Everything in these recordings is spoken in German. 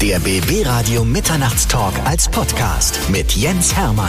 Der BB Radio Mitternachtstalk als Podcast mit Jens Hermann.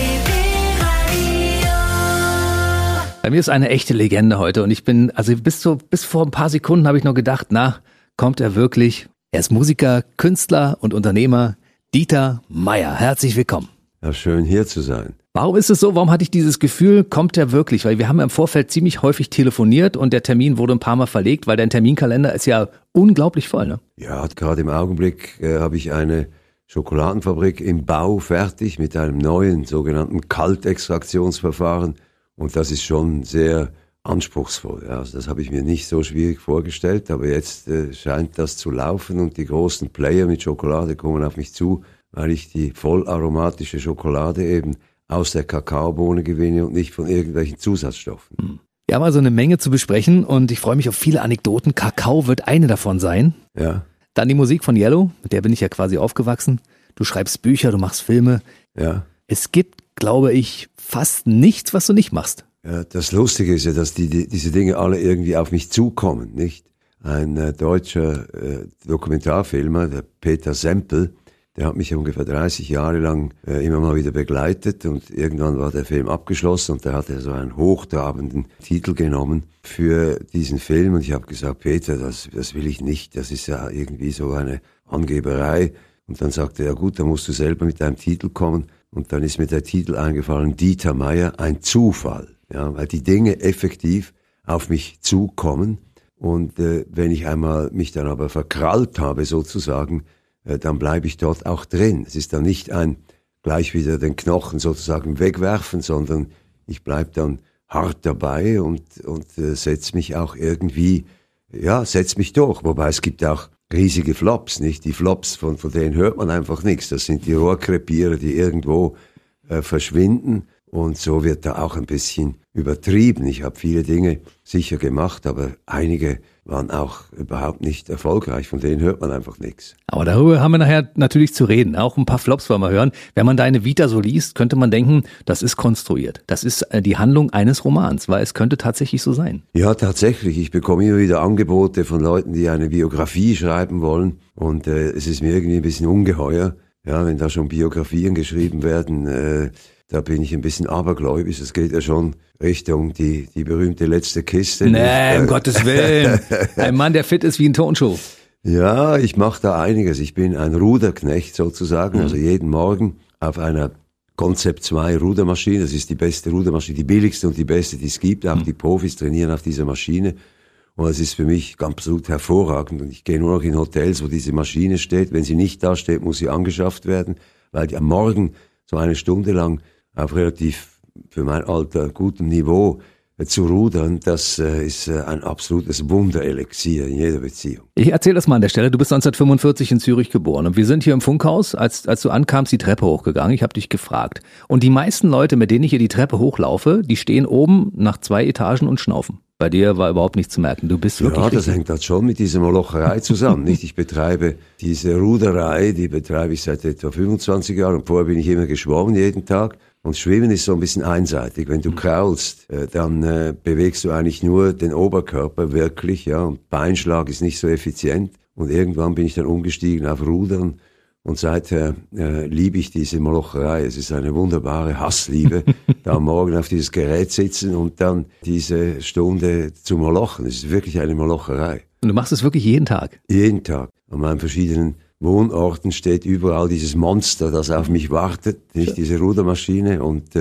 Bei mir ist eine echte Legende heute und ich bin, bis vor ein paar Sekunden habe ich noch gedacht, kommt er wirklich? Er ist Musiker, Künstler und Unternehmer, Dieter Meier. Herzlich willkommen. Ja, schön hier zu sein. Warum ist es so? Warum hatte ich dieses Gefühl, kommt er wirklich? Weil wir haben ja im Vorfeld ziemlich häufig telefoniert und der Termin wurde ein paar Mal verlegt, weil dein Terminkalender ist ja unglaublich voll, ne? Ja, gerade im Augenblick habe ich eine Schokoladenfabrik im Bau fertig mit einem neuen sogenannten Kaltextraktionsverfahren und das ist schon sehr anspruchsvoll. Ja. Also das habe ich mir nicht so schwierig vorgestellt, aber jetzt scheint das zu laufen und die großen Player mit Schokolade kommen auf mich zu, weil ich die vollaromatische Schokolade eben aus der Kakaobohne gewinne und nicht von irgendwelchen Zusatzstoffen. Wir haben also eine Menge zu besprechen und ich freue mich auf viele Anekdoten. Kakao wird eine davon sein. Ja. Dann die Musik von Yellow, mit der bin ich ja quasi aufgewachsen. Du schreibst Bücher, du machst Filme. Ja. Es gibt, glaube ich, fast nichts, was du nicht machst. Ja, das Lustige ist ja, dass diese Dinge alle irgendwie auf mich zukommen, nicht? Ein deutscher Dokumentarfilmer, der Peter Sempel, der hat mich ungefähr 30 Jahre lang immer mal wieder begleitet und irgendwann war der Film abgeschlossen und da hat er so einen hochtrabenden Titel genommen für diesen Film und ich habe gesagt, Peter, das will ich nicht, das ist ja irgendwie so eine Angeberei und dann sagte er, ja gut, dann musst du selber mit deinem Titel kommen und dann ist mir der Titel eingefallen, Dieter Meier, ein Zufall, ja, weil die Dinge effektiv auf mich zukommen und wenn ich einmal mich dann aber verkrallt habe sozusagen, dann bleibe ich dort auch drin. Es ist dann nicht ein gleich wieder den Knochen sozusagen wegwerfen, sondern ich bleibe dann hart dabei und setze mich auch irgendwie, setze mich durch. Wobei es gibt auch riesige Flops, nicht? Die Flops, von denen hört man einfach nichts. Das sind die Rohrkrepierer, die irgendwo verschwinden und so wird da auch ein bisschen übertrieben. Ich habe viele Dinge sicher gemacht, aber einige waren auch überhaupt nicht erfolgreich, von denen hört man einfach nichts. Aber darüber haben wir nachher natürlich zu reden. Auch ein paar Flops wollen wir hören. Wenn man deine Vita so liest, könnte man denken, das ist konstruiert. Das ist die Handlung eines Romans, weil es könnte tatsächlich so sein. Ja, tatsächlich. Ich bekomme immer wieder Angebote von Leuten, die eine Biografie schreiben wollen und es ist mir irgendwie ein bisschen ungeheuer, ja, wenn da schon Biografien geschrieben werden, da bin ich ein bisschen abergläubisch. Es geht ja schon Richtung die berühmte letzte Kiste. Nee, um Gottes Willen. Ein Mann, der fit ist wie ein Turnschuh. Ja, ich mache da einiges. Ich bin ein Ruderknecht sozusagen. Also jeden Morgen auf einer Concept 2 Rudermaschine. Das ist die beste Rudermaschine, die billigste und die beste, die es gibt. Auch die Profis trainieren auf dieser Maschine. Und es ist für mich absolut hervorragend. Und ich gehe nur noch in Hotels, wo diese Maschine steht. Wenn sie nicht da steht, muss sie angeschafft werden, weil die am Morgen so eine Stunde lang auf relativ für mein Alter gutem Niveau zu rudern, das ist ein absolutes Wunderelixier in jeder Beziehung. Ich erzähle das mal an der Stelle. Du bist 1945 in Zürich geboren und wir sind hier im Funkhaus, als du ankamst, die Treppe hochgegangen. Ich habe dich gefragt. Und die meisten Leute, mit denen ich hier die Treppe hochlaufe, die stehen oben nach 2 Etagen und schnaufen. Bei dir war überhaupt nichts zu merken. Du bist wirklich das hängt halt schon mit dieser Molocherei zusammen, nicht? Ich betreibe diese Ruderei, die betreibe ich seit etwa 25 Jahren und vorher bin ich immer geschwommen jeden Tag. Und Schwimmen ist so ein bisschen einseitig. Wenn du kraulst, dann bewegst du eigentlich nur den Oberkörper wirklich, ja. Und Beinschlag ist nicht so effizient. Und irgendwann bin ich dann umgestiegen auf Rudern. Und seither liebe ich diese Molocherei. Es ist eine wunderbare Hassliebe, da am Morgen auf dieses Gerät sitzen und dann diese Stunde zu molochen. Es ist wirklich eine Molocherei. Und du machst es wirklich jeden Tag? Jeden Tag. An meinen verschiedenen Wohnorten steht überall dieses Monster, das auf mich wartet, nicht diese Rudermaschine. Und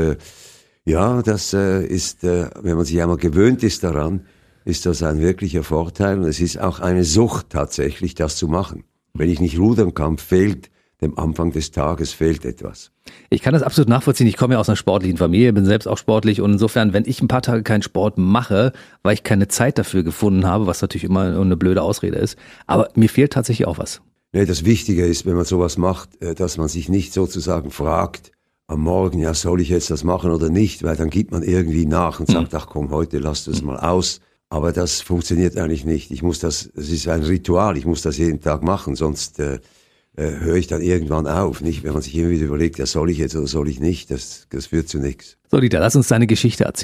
das ist, wenn man sich einmal gewöhnt ist daran, ist das ein wirklicher Vorteil. Und es ist auch eine Sucht tatsächlich, das zu machen. Wenn ich nicht rudern kann, fehlt dem Anfang des Tages etwas. Ich kann das absolut nachvollziehen. Ich komme ja aus einer sportlichen Familie, bin selbst auch sportlich und insofern, wenn ich ein paar Tage keinen Sport mache, weil ich keine Zeit dafür gefunden habe, was natürlich immer eine blöde Ausrede ist, aber mir fehlt tatsächlich auch was. Nee, das Wichtige ist, wenn man sowas macht, dass man sich nicht sozusagen fragt am Morgen, ja, soll ich jetzt das machen oder nicht, weil dann gibt man irgendwie nach und sagt, ach komm, heute lass du es mal aus. Aber das funktioniert eigentlich nicht. Es ist ein Ritual, ich muss das jeden Tag machen, sonst höre ich dann irgendwann auf. Nicht, wenn man sich immer wieder überlegt, ja, soll ich jetzt oder soll ich nicht, das führt zu nichts. So, Dieter, lass uns deine Geschichte erzählen.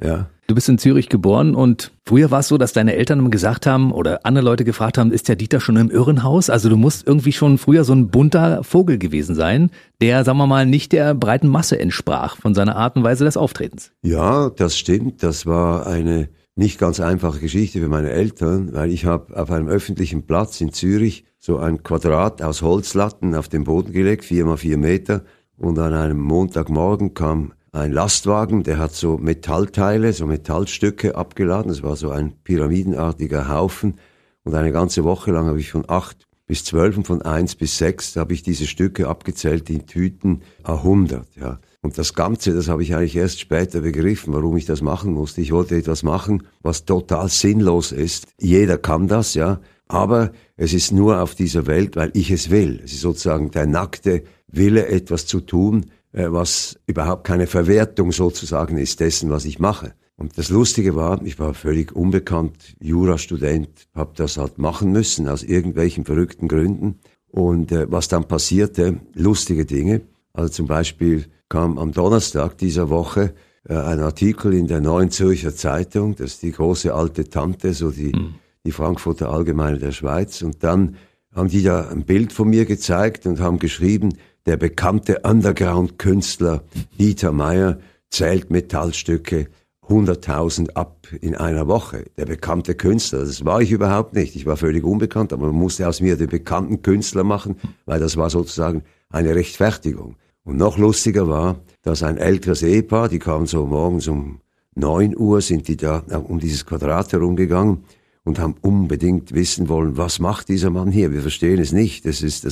Ja. Du bist in Zürich geboren und früher war es so, dass deine Eltern immer gesagt haben oder andere Leute gefragt haben, ist der Dieter schon im Irrenhaus? Also du musst irgendwie schon früher so ein bunter Vogel gewesen sein, der, sagen wir mal, nicht der breiten Masse entsprach von seiner Art und Weise des Auftretens. Ja, das stimmt. Das war eine nicht ganz einfache Geschichte für meine Eltern, weil ich habe auf einem öffentlichen Platz in Zürich so ein Quadrat aus Holzlatten auf den Boden gelegt, 4x4 Meter. Und an einem Montagmorgen kam ein Lastwagen, der hat so Metallteile, so Metallstücke abgeladen. Es war so ein pyramidenartiger Haufen. Und eine ganze Woche lang habe ich von 8 bis 12 und von 1 bis 6 habe ich diese Stücke abgezählt in Tüten 100, ja. Und das Ganze, das habe ich eigentlich erst später begriffen, warum ich das machen musste. Ich wollte etwas machen, was total sinnlos ist. Jeder kann das, ja. Aber es ist nur auf dieser Welt, weil ich es will. Es ist sozusagen der nackte Wille, etwas zu tun, was überhaupt keine Verwertung sozusagen ist dessen, was ich mache. Und das Lustige war, ich war völlig unbekannt, Jurastudent, habe das halt machen müssen, aus irgendwelchen verrückten Gründen. Und was dann passierte, lustige Dinge. Also zum Beispiel kam am Donnerstag dieser Woche ein Artikel in der Neuen Zürcher Zeitung, das ist die große alte Tante, so die Frankfurter Allgemeine der Schweiz. Und dann haben die da ein Bild von mir gezeigt und haben geschrieben, der bekannte Underground-Künstler Dieter Meier zählt Metallstücke 100.000 ab in einer Woche. Der bekannte Künstler, das war ich überhaupt nicht. Ich war völlig unbekannt, aber man musste aus mir den bekannten Künstler machen, weil das war sozusagen eine Rechtfertigung. Und noch lustiger war, dass ein älteres Ehepaar, die kamen so morgens um 9 Uhr, sind die da um dieses Quadrat herumgegangen und haben unbedingt wissen wollen, was macht dieser Mann hier? Wir verstehen es nicht.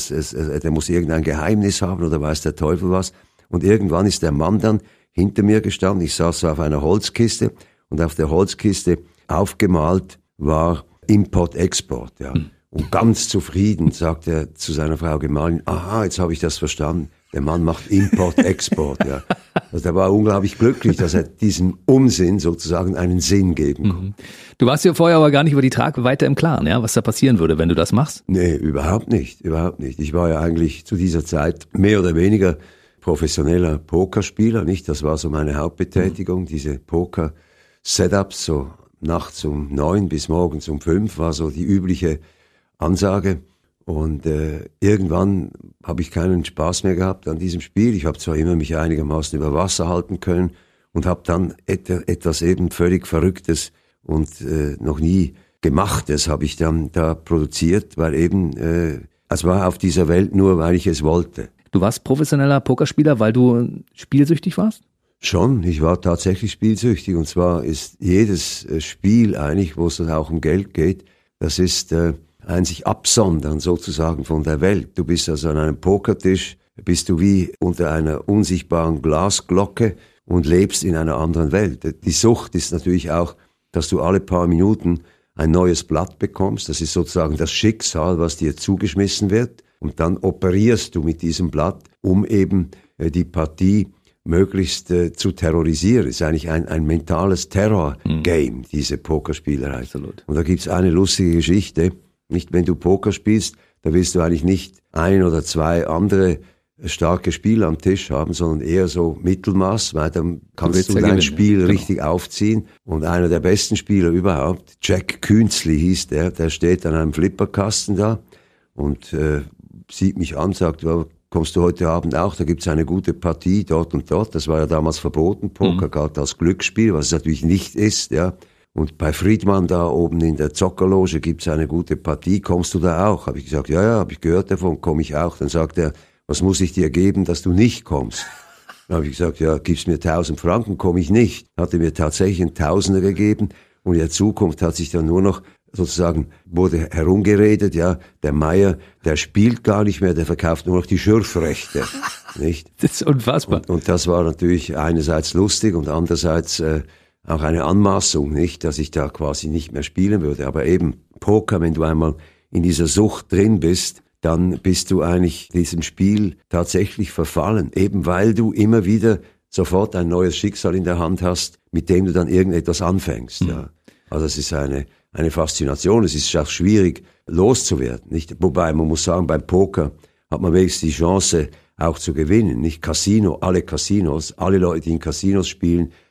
Der muss irgendein Geheimnis haben oder weiß der Teufel was. Und irgendwann ist der Mann dann hinter mir gestanden. Ich saß so auf einer Holzkiste und auf der Holzkiste aufgemalt war Import-Export, ja. Und ganz zufrieden sagt er zu seiner Frau Gemahlin, aha, jetzt habe ich das verstanden. Der Mann macht Import-Export, ja. Also der war unglaublich glücklich, dass er diesem Unsinn sozusagen einen Sinn geben konnte. Du warst ja vorher aber gar nicht über die Tragweite im Klaren, ja, was da passieren würde, wenn du das machst? Nee, überhaupt nicht. Ich war ja eigentlich zu dieser Zeit mehr oder weniger professioneller Pokerspieler, nicht? Das war so meine Hauptbetätigung, diese Poker-Setups, so nachts um 9 bis morgens um 5 war so die übliche Ansage. Und irgendwann habe ich keinen Spaß mehr gehabt an diesem Spiel. Ich habe zwar immer mich einigermaßen über Wasser halten können und habe dann etwas eben völlig Verrücktes und noch nie Gemachtes habe ich dann da produziert, weil eben es war auf dieser Welt nur, weil ich es wollte. Du warst professioneller Pokerspieler, weil du spielsüchtig warst? Schon, ich war tatsächlich spielsüchtig. Und zwar ist jedes Spiel eigentlich, wo es auch um Geld geht, das ist ein sich absondern sozusagen von der Welt. Du bist also an einem Pokertisch, bist du wie unter einer unsichtbaren Glasglocke und lebst in einer anderen Welt. Die Sucht ist natürlich auch, dass du alle paar Minuten ein neues Blatt bekommst. Das ist sozusagen das Schicksal, was dir zugeschmissen wird. Und dann operierst du mit diesem Blatt, um eben die Partie möglichst zu terrorisieren. Es ist eigentlich ein mentales Terror-Game, diese Pokerspielerei. Absolut. Und da gibt's eine lustige Geschichte. Nicht, wenn du Poker spielst, da willst du eigentlich nicht ein oder zwei andere starke Spieler am Tisch haben, sondern eher so Mittelmaß, weil dann kannst du dein Spiel richtig aufziehen. Und einer der besten Spieler überhaupt, Jack Künzli hieß der steht an einem Flipperkasten da und sieht mich an, sagt, kommst du heute Abend auch, da gibt's eine gute Partie dort und dort. Das war ja damals verboten, Poker galt als Glücksspiel, was es natürlich nicht ist, ja. Und bei Friedmann da oben in der Zockerloge gibt's eine gute Partie, kommst du da auch? Habe ich gesagt, ja, habe ich gehört davon, komme ich auch. Dann sagt er, was muss ich dir geben, dass du nicht kommst? Dann habe ich gesagt, ja, gibst mir 1000 Franken, komme ich nicht. Hat er mir tatsächlich einen Tausender gegeben und in der Zukunft hat sich dann nur noch sozusagen, wurde herumgeredet, ja, der Meier, der spielt gar nicht mehr, der verkauft nur noch die Schürfrechte, nicht? Das ist unfassbar. Und das war natürlich einerseits lustig und andererseits auch eine Anmaßung, nicht, dass ich da quasi nicht mehr spielen würde. Aber eben Poker, wenn du einmal in dieser Sucht drin bist, dann bist du eigentlich diesem Spiel tatsächlich verfallen. Eben weil du immer wieder sofort ein neues Schicksal in der Hand hast, mit dem du dann irgendetwas anfängst. Ja. Also es ist eine Faszination. Es ist auch schwierig loszuwerden. Nicht? Wobei man muss sagen, beim Poker hat man wenigstens die Chance auch zu gewinnen. Nicht Casino, alle Casinos, alle Leute, die in Casinos spielen,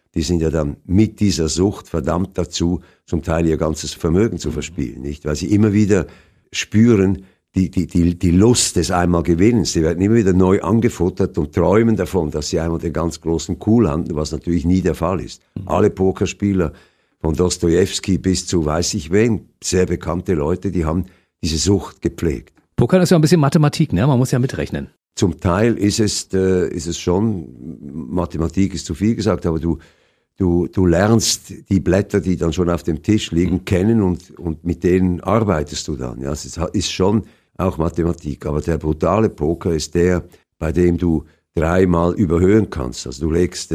die sind ja dann mit dieser Sucht verdammt dazu, zum Teil ihr ganzes Vermögen zu verspielen, nicht? Weil sie immer wieder spüren, die Lust des Einmalgewinnens, die werden immer wieder neu angefuttert und träumen davon, dass sie einmal den ganz großen Coup landen, was natürlich nie der Fall ist. Alle Pokerspieler, von Dostojewski bis zu weiß ich wen, sehr bekannte Leute, die haben diese Sucht gepflegt. Pokern ist ja ein bisschen Mathematik, ne? Man muss ja mitrechnen. Zum Teil ist es schon, Mathematik ist zu viel gesagt, aber du lernst die Blätter, die dann schon auf dem Tisch liegen, kennen und mit denen arbeitest du dann. Ja, es ist schon auch Mathematik, aber der brutale Poker ist der, bei dem du 3-mal überhöhen kannst. Also du legst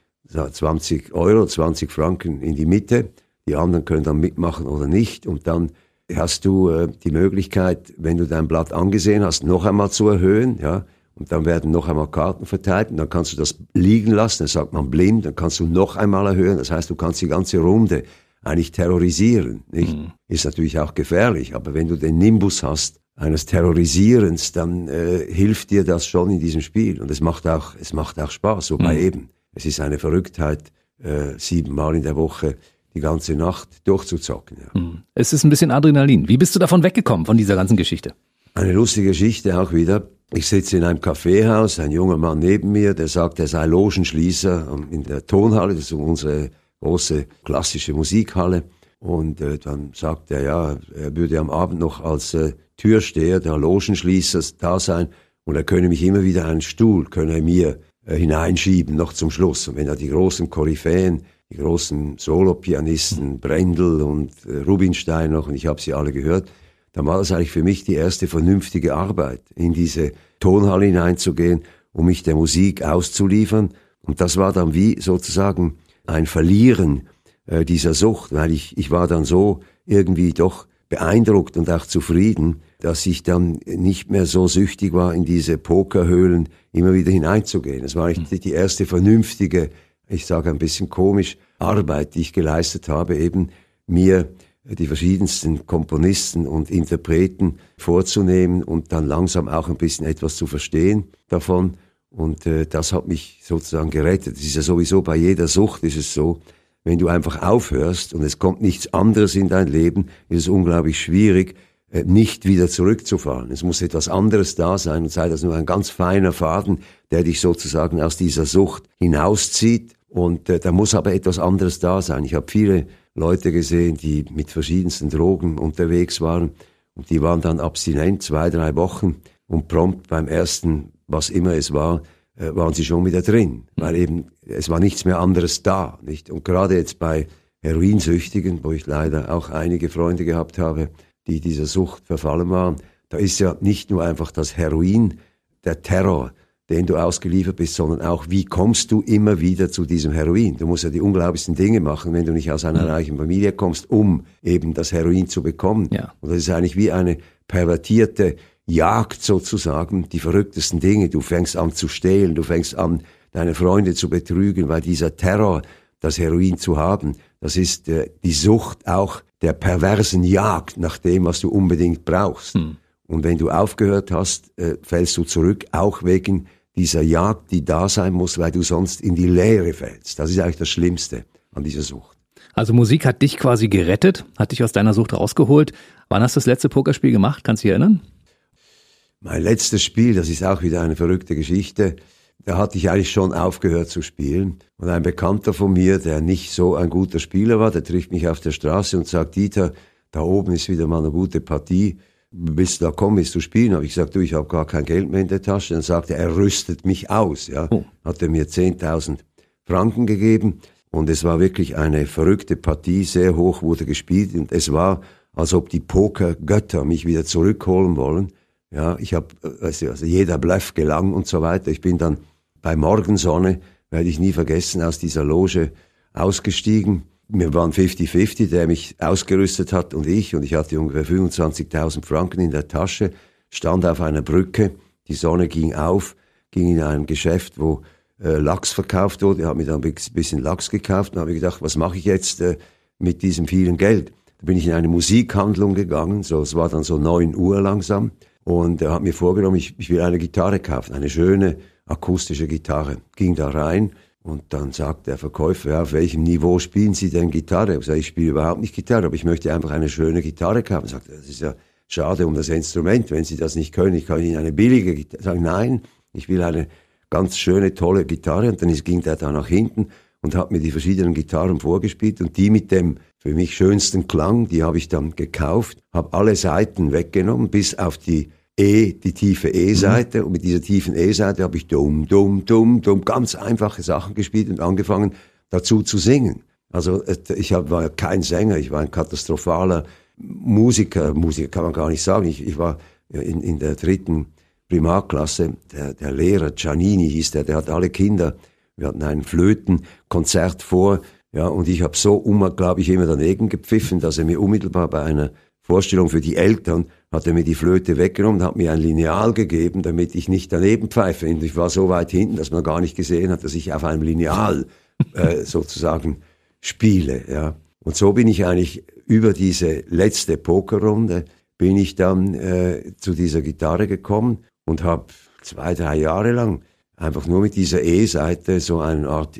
20 Euro, 20 Franken in die Mitte, die anderen können dann mitmachen oder nicht und dann hast du die Möglichkeit, wenn du dein Blatt angesehen hast, noch einmal zu erhöhen, ja, und dann werden noch einmal Karten verteilt und dann kannst du das liegen lassen, das sagt man blind, dann kannst du noch einmal erhöhen, das heißt, du kannst die ganze Runde eigentlich terrorisieren, nicht? Ist natürlich auch gefährlich, aber wenn du den Nimbus hast eines Terrorisierens, dann hilft dir das schon in diesem Spiel und es macht auch Spaß, wobei eben, es ist eine Verrücktheit, 7-mal in der Woche die ganze Nacht durchzuzocken. Ja. Es ist ein bisschen Adrenalin. Wie bist du davon weggekommen, von dieser ganzen Geschichte? Eine lustige Geschichte auch wieder. Ich sitze in einem Kaffeehaus, ein junger Mann neben mir, der sagt, er sei Logenschließer in der Tonhalle, das ist unsere große klassische Musikhalle. Und dann sagt er, ja, er würde am Abend noch als Türsteher, der Logenschließer da sein und er könne mich immer wieder einen Stuhl, könne er mir hineinschieben, noch zum Schluss. Und wenn er die großen Koryphäen, die großen Solopianisten, Brendel und Rubinstein noch, und ich habe sie alle gehört, dann war das eigentlich für mich die erste vernünftige Arbeit, in diese Tonhalle hineinzugehen, um mich der Musik auszuliefern. Und das war dann wie sozusagen ein Verlieren dieser Sucht, weil ich war dann so irgendwie doch beeindruckt und auch zufrieden, dass ich dann nicht mehr so süchtig war, in diese Pokerhöhlen immer wieder hineinzugehen. Es war eigentlich die erste vernünftige, ich sage ein bisschen komisch, Arbeit, die ich geleistet habe, eben mir die verschiedensten Komponisten und Interpreten vorzunehmen und dann langsam auch ein bisschen etwas zu verstehen davon. Und das hat mich sozusagen gerettet. Es ist ja sowieso bei jeder Sucht ist es so, wenn du einfach aufhörst und es kommt nichts anderes in dein Leben, ist es unglaublich schwierig, nicht wieder zurückzufahren. Es muss etwas anderes da sein und sei das nur ein ganz feiner Faden, der dich sozusagen aus dieser Sucht hinauszieht. Und da muss aber etwas anderes da sein. Ich habe viele Leute gesehen, die mit verschiedensten Drogen unterwegs waren und die waren dann abstinent 2-3 Wochen und prompt beim ersten, was immer es war, waren sie schon wieder drin, weil eben es war nichts mehr anderes da, nicht? Und gerade jetzt bei Heroinsüchtigen, wo ich leider auch einige Freunde gehabt habe, die dieser Sucht verfallen waren, da ist ja nicht nur einfach das Heroin, der Terror, den du ausgeliefert bist, sondern auch, wie kommst du immer wieder zu diesem Heroin? Du musst ja die unglaublichsten Dinge machen, wenn du nicht aus einer reichen Familie kommst, um eben das Heroin zu bekommen. Ja. Und das ist eigentlich wie eine pervertierte Jagd sozusagen, die verrücktesten Dinge. Du fängst an zu stehlen, du fängst an, deine Freunde zu betrügen, weil dieser Terror, das Heroin zu haben, das ist die Sucht auch der perversen Jagd nach dem, was du unbedingt brauchst. Und wenn du aufgehört hast, fällst du zurück, auch wegen dieser Jagd, die da sein muss, weil du sonst in die Leere fällst. Das ist eigentlich das Schlimmste an dieser Sucht. Also Musik hat dich quasi gerettet, hat dich aus deiner Sucht rausgeholt. Wann hast du das letzte Pokerspiel gemacht? Kannst du dich erinnern? Mein letztes Spiel, das ist auch wieder eine verrückte Geschichte, da hatte ich eigentlich schon aufgehört zu spielen. Und ein Bekannter von mir, der nicht so ein guter Spieler war, der trifft mich auf der Straße und sagt, Dieter, da oben ist wieder mal eine gute Partie. Willst du da kommen, willst du spielen? Habe ich gesagt, du, ich habe gar kein Geld mehr in der Tasche. Dann sagte er, rüstet mich aus. Ja, Hat er mir 10.000 Franken gegeben. Und es war wirklich eine verrückte Partie, sehr hoch wurde gespielt. Und es war, als ob die Pokergötter mich wieder zurückholen wollen. Ja, ich habe, also jeder Bluff gelang und so weiter. Ich bin dann bei Morgensonne, werde ich nie vergessen, aus dieser Loge ausgestiegen. Wir waren 50-50, der mich ausgerüstet hat und ich hatte ungefähr 25.000 Franken in der Tasche, stand auf einer Brücke, die Sonne ging auf, ging in ein Geschäft, wo Lachs verkauft wurde. Ich habe mir dann ein bisschen Lachs gekauft und habe gedacht, was mache ich jetzt mit diesem vielen Geld? Da bin ich in eine Musikhandlung gegangen, es war dann so 9 Uhr langsam. Und er hat mir vorgenommen, ich will eine Gitarre kaufen, eine schöne akustische Gitarre. Ging da rein Und dann sagt der Verkäufer, ja, auf welchem Niveau spielen Sie denn Gitarre? Ich sage, ich spiele überhaupt nicht Gitarre, aber ich möchte einfach eine schöne Gitarre kaufen. Er sagt, das ist ja schade um das Instrument, wenn Sie das nicht können. Ich kann Ihnen eine billige Gitarre. Ich sage, nein, ich will eine ganz schöne, tolle Gitarre. Und dann ging der da nach hinten und hat mir die verschiedenen Gitarren vorgespielt. Und die mit dem für mich schönsten Klang, die habe ich dann gekauft, habe alle Saiten weggenommen, bis auf die tiefe E-Seite. Und mit dieser tiefen E-Seite habe ich dumm, ganz einfache Sachen gespielt und angefangen dazu zu singen. Also ich war kein Sänger, ich war ein katastrophaler Musiker kann man gar nicht sagen. Ich war in der 3. Primarklasse, der Lehrer Giannini hieß der hat alle Kinder, wir hatten ein Flötenkonzert vor, ja, und ich habe so unglaublich immer daneben gepfiffen, dass er mir unmittelbar bei einer Vorstellung für die Eltern hat er mir die Flöte weggenommen, hat mir ein Lineal gegeben, damit ich nicht daneben pfeife. Und ich war so weit hinten, dass man gar nicht gesehen hat, dass ich auf einem Lineal sozusagen spiele. Ja. Und so bin ich eigentlich über diese letzte Pokerrunde bin ich dann zu dieser Gitarre gekommen und habe 2-3 Jahre lang einfach nur mit dieser E-Seite so eine Art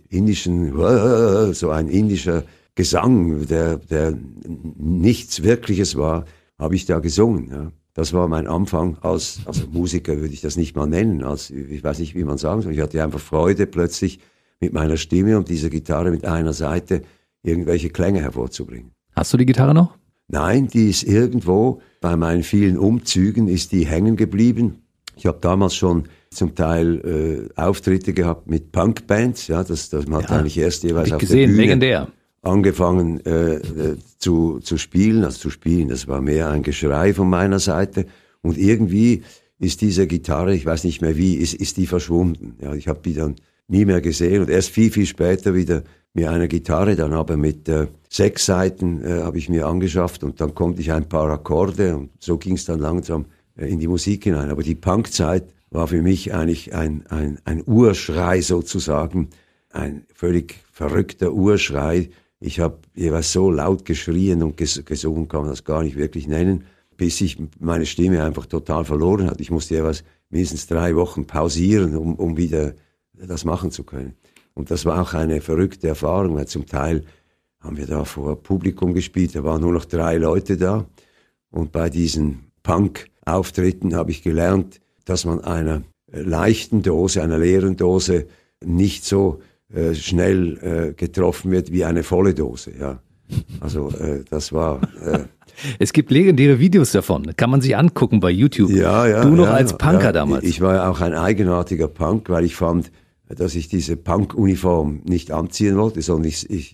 so ein indischer Gesang, der nichts Wirkliches war, habe ich da gesungen. Ja. Das war mein Anfang also Musiker würde ich das nicht mal nennen, ich weiß nicht, wie man sagen soll. Ich hatte einfach Freude plötzlich mit meiner Stimme und dieser Gitarre mit einer Seite irgendwelche Klänge hervorzubringen. Hast du die Gitarre noch? Nein, die ist irgendwo, bei meinen vielen Umzügen ist die hängen geblieben. Ich habe damals schon zum Teil Auftritte gehabt mit Punkbands, ja, das man hat eigentlich erst jeweils auf gesehen, der Bühne legendär. Angefangen zu spielen, das war mehr ein Geschrei von meiner Seite und irgendwie ist diese Gitarre, ich weiß nicht mehr wie, ist die verschwunden. Ja, ich habe die dann nie mehr gesehen und erst viel später wieder mir eine Gitarre, dann aber mit 6 Saiten habe ich mir angeschafft und dann konnte ich ein paar Akkorde und so ging es dann langsam in die Musik hinein. Aber die Punkzeit war für mich eigentlich ein Urschrei sozusagen, ein völlig verrückter Urschrei. Ich habe jeweils so laut geschrien und gesungen, kann man das gar nicht wirklich nennen, bis ich meine Stimme einfach total verloren hatte. Ich musste jeweils mindestens 3 Wochen pausieren, um wieder das machen zu können. Und das war auch eine verrückte Erfahrung, weil zum Teil haben wir da vor Publikum gespielt, da waren nur noch 3 Leute da. Und bei diesen Punk-Auftritten habe ich gelernt, dass man einer leichten Dose, einer leeren Dose nicht so schnell getroffen wird wie eine volle Dose. Ja. Also das war... Es gibt legendäre Videos davon, kann man sich angucken bei YouTube. Ja, du noch als Punker damals. Ich war ja auch ein eigenartiger Punk, weil ich fand, dass ich diese Punk-Uniform nicht anziehen wollte, sondern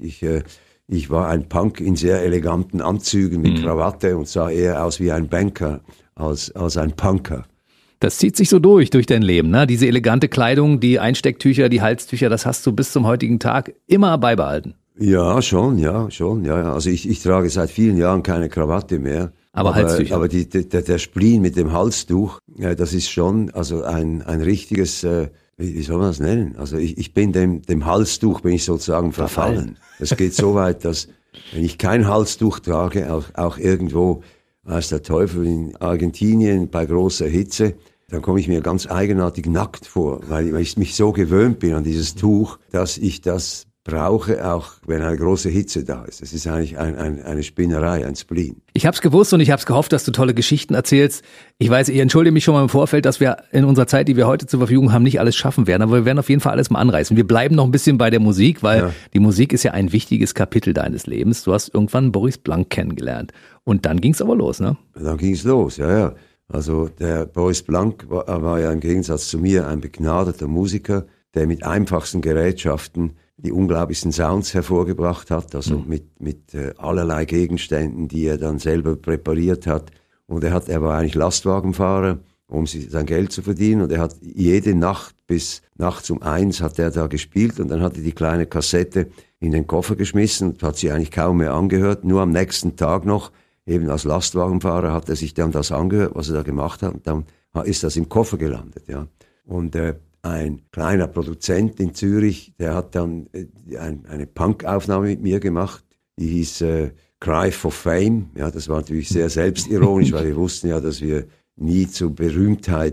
ich war ein Punk in sehr eleganten Anzügen mit Krawatte und sah eher aus wie ein Banker als ein Punker. Das zieht sich so durch dein Leben, ne? Diese elegante Kleidung, die Einstecktücher, die Halstücher, das hast du bis zum heutigen Tag immer beibehalten. Ja, schon. Also ich trage seit vielen Jahren keine Krawatte mehr. Aber Halstücher. Aber der Spleen mit dem Halstuch, das ist schon also ein richtiges, wie soll man das nennen? Also ich bin dem Halstuch bin ich sozusagen verfallen. Es geht so weit, dass wenn ich kein Halstuch trage, auch irgendwo, weiß der Teufel, in Argentinien bei großer Hitze, dann komme ich mir ganz eigenartig nackt vor, weil ich mich so gewöhnt bin an dieses Tuch, dass ich das brauche, auch wenn eine große Hitze da ist. Es ist eigentlich eine Spinnerei, ein Spleen. Ich habe es gewusst und ich habe es gehofft, dass du tolle Geschichten erzählst. Ich weiß, ich entschuldige mich schon mal im Vorfeld, dass wir in unserer Zeit, die wir heute zur Verfügung haben, nicht alles schaffen werden. Aber wir werden auf jeden Fall alles mal anreißen. Wir bleiben noch ein bisschen bei der Musik, weil die Musik ist ja ein wichtiges Kapitel deines Lebens. Du hast irgendwann Boris Blanc kennengelernt. Und dann ging es aber los, ne? Dann ging es los, ja. Also der Boris Blanc war ja im Gegensatz zu mir ein begnadeter Musiker, der mit einfachsten Gerätschaften die unglaublichsten Sounds hervorgebracht hat, also mit allerlei Gegenständen, die er dann selber präpariert hat. Und er war eigentlich Lastwagenfahrer, um sein Geld zu verdienen. Und er hat jede Nacht bis nachts um 1 hat er da gespielt und dann hat er die kleine Kassette in den Koffer geschmissen und hat sie eigentlich kaum mehr angehört. Nur am nächsten Tag noch, eben als Lastwagenfahrer, hat er sich dann das angehört, was er da gemacht hat. Und dann ist das im Koffer gelandet, ja. Und ein kleiner Produzent in Zürich, der hat dann eine Punk-Aufnahme mit mir gemacht, die hieß Cry for Fame. Ja, das war natürlich sehr selbstironisch, weil wir wussten ja, dass wir nie zur Berühmtheit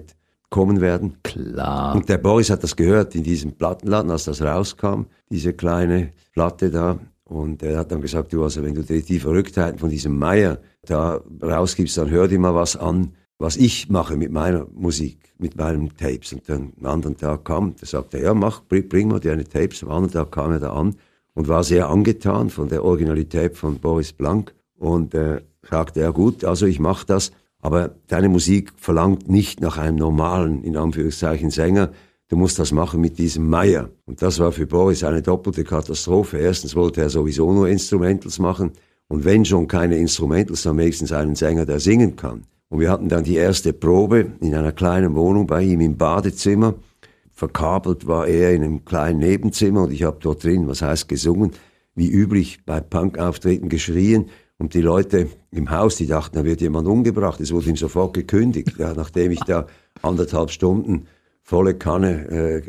kommen werden. Klar. Und der Boris hat das gehört in diesem Plattenladen, als das rauskam, diese kleine Platte da. Und er hat dann gesagt, du, also wenn du die Verrücktheiten von diesem Meyer da rausgibst, dann hör dir mal was an, was ich mache mit meiner Musik, mit meinen Tapes. Und dann am anderen Tag kam, da sagte er, ja, bring mal deine Tapes. Am anderen Tag kam er da an und war sehr angetan von der Originalität von Boris Blanc. Und sagte, ja gut, also ich mache das, aber deine Musik verlangt nicht nach einem normalen, in Anführungszeichen, Sänger. Du musst das machen mit diesem Meyer. Und das war für Boris eine doppelte Katastrophe. Erstens wollte er sowieso nur Instrumentals machen. Und wenn schon keine Instrumentals, dann wenigstens einen Sänger, der singen kann. Und wir hatten dann die erste Probe in einer kleinen Wohnung bei ihm im Badezimmer. Verkabelt war er in einem kleinen Nebenzimmer und ich habe dort drin, was heißt gesungen, wie üblich bei Punk-Auftritten geschrien. Und die Leute im Haus, die dachten, da wird jemand umgebracht. Es wurde ihm sofort gekündigt, ja, nachdem ich da 1,5 Stunden volle Kanne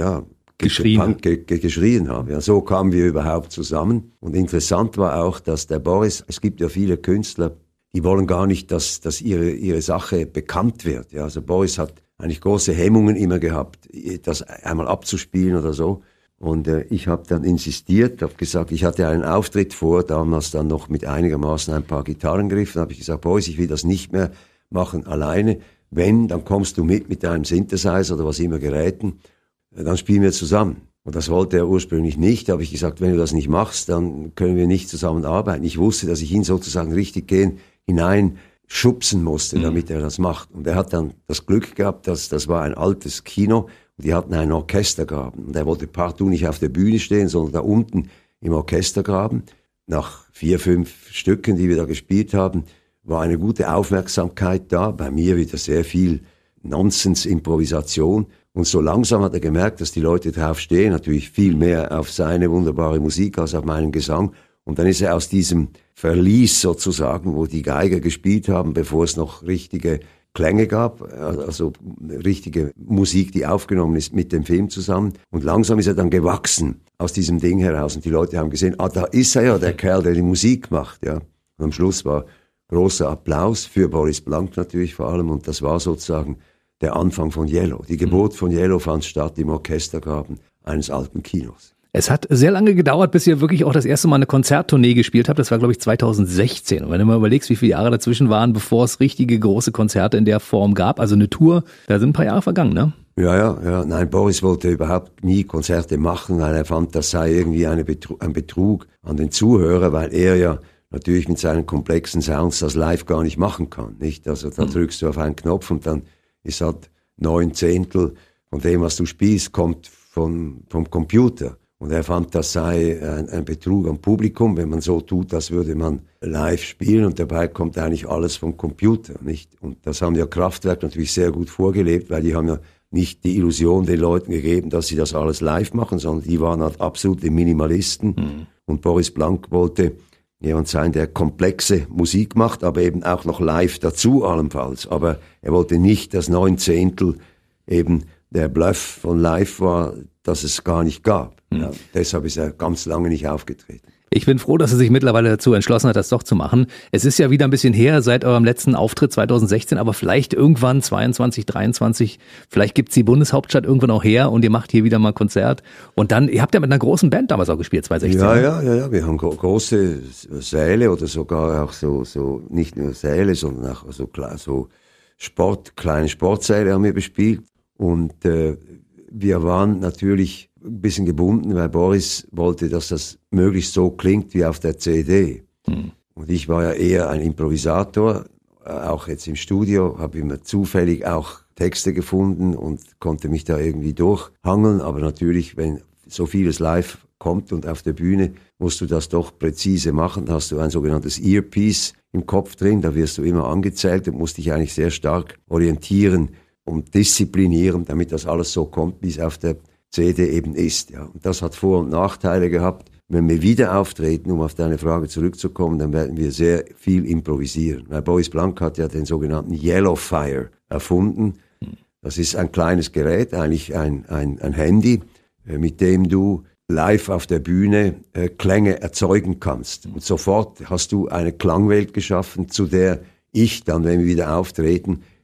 geschrien habe. Ja, so kamen wir überhaupt zusammen. Und interessant war auch, dass der Boris, es gibt ja viele Künstler, die wollen gar nicht, dass ihre Sache bekannt wird. Ja, also Boris hat eigentlich große Hemmungen immer gehabt, das einmal abzuspielen oder so. Und ich habe dann insistiert, habe gesagt, ich hatte einen Auftritt vor, damals dann noch mit einigermaßen ein paar Gitarrengriffen, habe ich gesagt, Boris, ich will das nicht mehr machen alleine. Wenn, dann kommst du mit deinem Synthesizer oder was immer Geräten, dann spielen wir zusammen. Und das wollte er ursprünglich nicht, habe ich gesagt, wenn du das nicht machst, dann können wir nicht zusammenarbeiten. Ich wusste, dass ich ihn sozusagen richtig hinein schubsen musste, damit er das macht. Und er hat dann das Glück gehabt, dass das war ein altes Kino und die hatten einen Orchestergraben. Und er wollte partout nicht auf der Bühne stehen, sondern da unten im Orchestergraben. Nach 4, 5 Stücken, die wir da gespielt haben, war eine gute Aufmerksamkeit da. Bei mir wieder sehr viel Nonsens-Improvisation. Und so langsam hat er gemerkt, dass die Leute drauf stehen, natürlich viel mehr auf seine wunderbare Musik als auf meinen Gesang. Und dann ist er aus diesem Verlies sozusagen, wo die Geiger gespielt haben, bevor es noch richtige Klänge gab, also richtige Musik, die aufgenommen ist mit dem Film zusammen. Und langsam ist er dann gewachsen aus diesem Ding heraus. Und die Leute haben gesehen, da ist er ja, der Kerl, der die Musik macht. Ja. Und am Schluss war großer Applaus für Boris Blanc natürlich vor allem. Und das war sozusagen der Anfang von Yellow. Die Geburt von Yellow fand statt im Orchestergraben eines alten Kinos. Es hat sehr lange gedauert, bis ihr wirklich auch das erste Mal eine Konzerttournee gespielt habt. Das war, glaube ich, 2016. Und wenn du mal überlegst, wie viele Jahre dazwischen waren, bevor es richtige große Konzerte in der Form gab, also eine Tour, da sind ein paar Jahre vergangen, ne? Ja. Nein, Boris wollte überhaupt nie Konzerte machen, weil er fand, das sei irgendwie ein Betrug an den Zuhörer, weil er ja natürlich mit seinen komplexen Sounds das live gar nicht machen kann, nicht? Also da drückst du auf einen Knopf und dann ist halt 9/10 von dem, was du spielst, kommt vom Computer. Und er fand, das sei ein Betrug am Publikum, wenn man so tut, als würde man live spielen und dabei kommt eigentlich alles vom Computer, nicht? Und das haben ja Kraftwerk natürlich sehr gut vorgelebt, weil die haben ja nicht die Illusion den Leuten gegeben, dass sie das alles live machen, sondern die waren halt absolute Minimalisten. Und Boris Blanc wollte jemand sein, der komplexe Musik macht, aber eben auch noch live dazu allenfalls. Aber er wollte nicht, dass 9/10 eben der Bluff von live war, dass es gar nicht gab. Ja, deshalb ist er ganz lange nicht aufgetreten. Ich bin froh, dass er sich mittlerweile dazu entschlossen hat, das doch zu machen. Es ist ja wieder ein bisschen her seit eurem letzten Auftritt 2016, aber vielleicht irgendwann 22, 23, vielleicht gibt's die Bundeshauptstadt irgendwann auch her und ihr macht hier wieder mal Konzert. Und dann, ihr habt ja mit einer großen Band damals auch gespielt, 2016. Ja, wir haben große Säle oder sogar auch so nicht nur Säle, sondern auch so kleine Sportsäle haben wir bespielt. Und wir waren natürlich ein bisschen gebunden, weil Boris wollte, dass das möglichst so klingt wie auf der CD. Und ich war ja eher ein Improvisator, auch jetzt im Studio, habe immer zufällig auch Texte gefunden und konnte mich da irgendwie durchhangeln. Aber natürlich, wenn so vieles live kommt und auf der Bühne, musst du das doch präzise machen. Da hast du ein sogenanntes Earpiece im Kopf drin, da wirst du immer angezählt und musst dich eigentlich sehr stark orientieren und disziplinieren, damit das alles so kommt, wie es auf der CD eben ist. Ja. Und das hat Vor- und Nachteile gehabt. Wenn wir wieder auftreten, um auf deine Frage zurückzukommen, dann werden wir sehr viel improvisieren. Weil Boris Blanc hat ja den sogenannten Yellow Fire erfunden. Das ist ein kleines Gerät, eigentlich ein Handy, mit dem du live auf der Bühne Klänge erzeugen kannst. Und sofort hast du eine Klangwelt geschaffen, zu der ich dann, wenn wir wieder auftreten,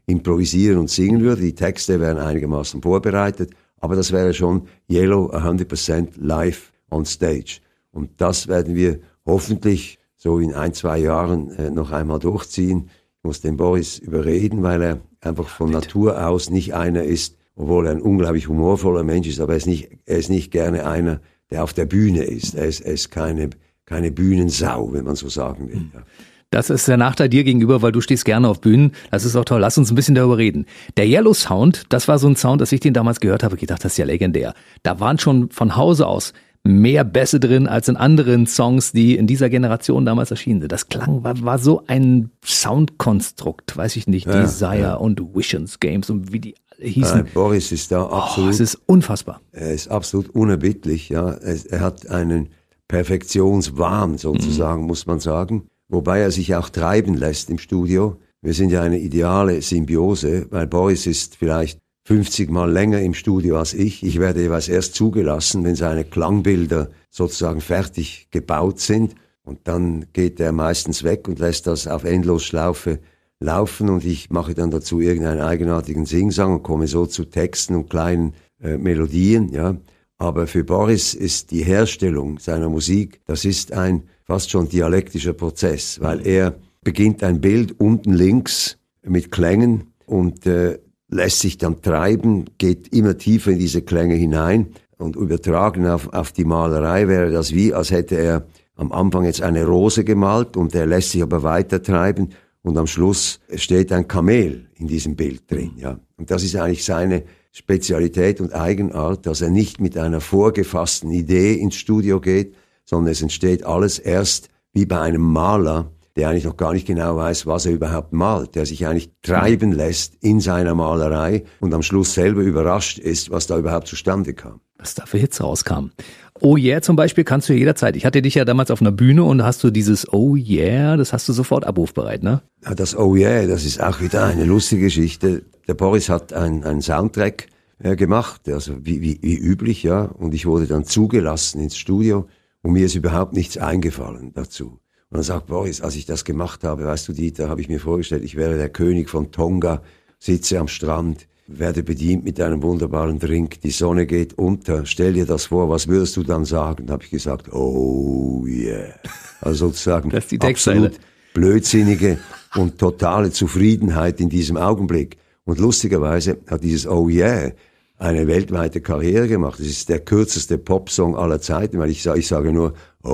improvisieren und singen würde. Die Texte wären einigermaßen vorbereitet, aber das wäre schon Yellow 100% live on stage. Und das werden wir hoffentlich so in 1-2 Jahren noch einmal durchziehen. Ich muss den Boris überreden, weil er einfach von Natur aus nicht einer ist, obwohl er ein unglaublich humorvoller Mensch ist, aber er ist nicht gerne einer, der auf der Bühne ist. Er ist keine Bühnensau, wenn man so sagen will. Ja. Das ist der Nachteil dir gegenüber, weil du stehst gerne auf Bühnen. Das ist auch toll. Lass uns ein bisschen darüber reden. Der Yellow Sound, das war so ein Sound, als ich den damals gehört habe, gedacht, das ist ja legendär. Da waren schon von Hause aus mehr Bässe drin als in anderen Songs, die in dieser Generation damals erschienen sind. Das klang, war so ein Soundkonstrukt, weiß ich nicht, ja, Desire und Visions Games und wie die alle hießen. Boris ist da absolut. Es ist unfassbar. Er ist absolut unerbittlich, ja. Er hat einen Perfektionswahn sozusagen, muss man sagen. Wobei er sich auch treiben lässt im Studio. Wir sind ja eine ideale Symbiose, weil Boris ist vielleicht 50 Mal länger im Studio als ich. Ich werde jeweils erst zugelassen, wenn seine Klangbilder sozusagen fertig gebaut sind. Und dann geht er meistens weg und lässt das auf Endlosschlaufe laufen. Und ich mache dann dazu irgendeinen eigenartigen Singsang und komme so zu Texten und kleinen Melodien, ja. Aber für Boris ist die Herstellung seiner Musik, das ist ein fast schon dialektischer Prozess, weil er beginnt ein Bild unten links mit Klängen und lässt sich dann treiben, geht immer tiefer in diese Klänge hinein und übertragen auf die Malerei wäre das wie, als hätte er am Anfang jetzt eine Rose gemalt und er lässt sich aber weiter treiben und am Schluss steht ein Kamel in diesem Bild drin, ja. Und das ist eigentlich seine Spezialität und Eigenart, dass er nicht mit einer vorgefassten Idee ins Studio geht, sondern es entsteht alles erst wie bei einem Maler, der eigentlich noch gar nicht genau weiß, was er überhaupt malt, der sich eigentlich treiben lässt in seiner Malerei und am Schluss selber überrascht ist, was da überhaupt zustande kam. Was da für Hits rauskamen. Oh yeah zum Beispiel kannst du jederzeit. Ich hatte dich ja damals auf einer Bühne und hast du dieses Oh yeah, das hast du sofort abrufbereit, ne? Ja, das Oh yeah, das ist auch wieder eine lustige Geschichte. Der Boris hat einen Soundtrack gemacht, also wie üblich, ja. Und ich wurde dann zugelassen ins Studio und mir ist überhaupt nichts eingefallen dazu. Und dann sagt Boris, als ich das gemacht habe, weißt du, Dieter, habe ich mir vorgestellt, ich wäre der König von Tonga, sitze am Strand, werde bedient mit einem wunderbaren Drink, die Sonne geht unter, stell dir das vor, was würdest du dann sagen? Da habe ich gesagt, oh yeah. Also sozusagen das ist die absolut blödsinnige und totale Zufriedenheit in diesem Augenblick. Und lustigerweise hat dieses Oh yeah eine weltweite Karriere gemacht. Es ist der kürzeste Popsong aller Zeiten, weil ich sage nur,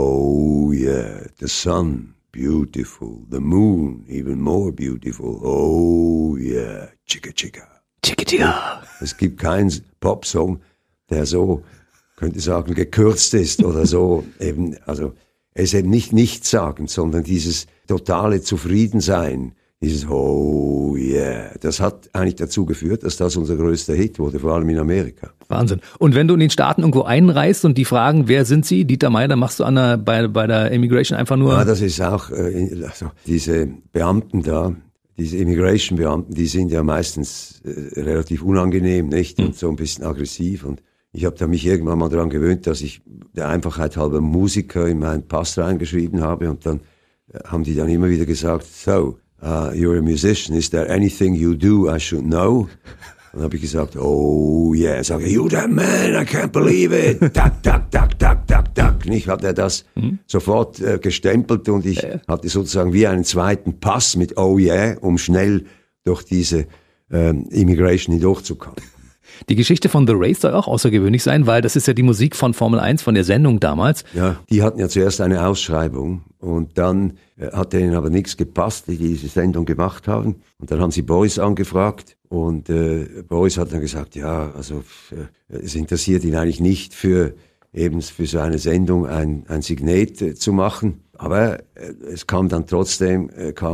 oh yeah, the sun, beautiful, the moon, even more beautiful, oh yeah, chicka chicka. Chicka chicka. Es gibt keinen Popsong, der so, könnte ich sagen, gekürzt ist oder so eben, also er ist eben nicht nichtssagend, sondern dieses totale Zufriedensein, dieses Oh yeah, das hat eigentlich dazu geführt, dass das unser größter Hit wurde, vor allem in Amerika. Wahnsinn. Und wenn du in den Staaten irgendwo einreist und die fragen, wer sind sie? Dieter Meier, dann machst du bei der Immigration einfach nur... Ja, das ist auch, also diese Beamten da, diese Immigration-Beamten, die sind ja meistens relativ unangenehm, nicht? Und so ein bisschen aggressiv. Und ich habe da mich irgendwann mal daran gewöhnt, dass ich der Einfachheit halber Musiker in meinen Pass reingeschrieben habe. Und dann haben die dann immer wieder gesagt, so, you're a musician, is there anything you do I should know? Dann habe ich gesagt, oh yeah, sage you that man, I can't believe it, tak, tak, tak, tak, tak, tak. Nicht hat er das sofort gestempelt und ich hatte sozusagen wie einen zweiten Pass mit oh yeah, um schnell durch diese Immigration hindurchzukommen. Die Geschichte von The Race soll auch außergewöhnlich sein, weil das ist ja die Musik von Formel 1, von der Sendung damals. Ja, die hatten ja zuerst eine Ausschreibung und dann hat denen aber nichts gepasst, die diese Sendung gemacht haben. Und dann haben sie Boris angefragt und Boris hat dann gesagt, ja, also es interessiert ihn eigentlich nicht für so eine Sendung ein Signet zu machen. Aber es kam dann trotzdem,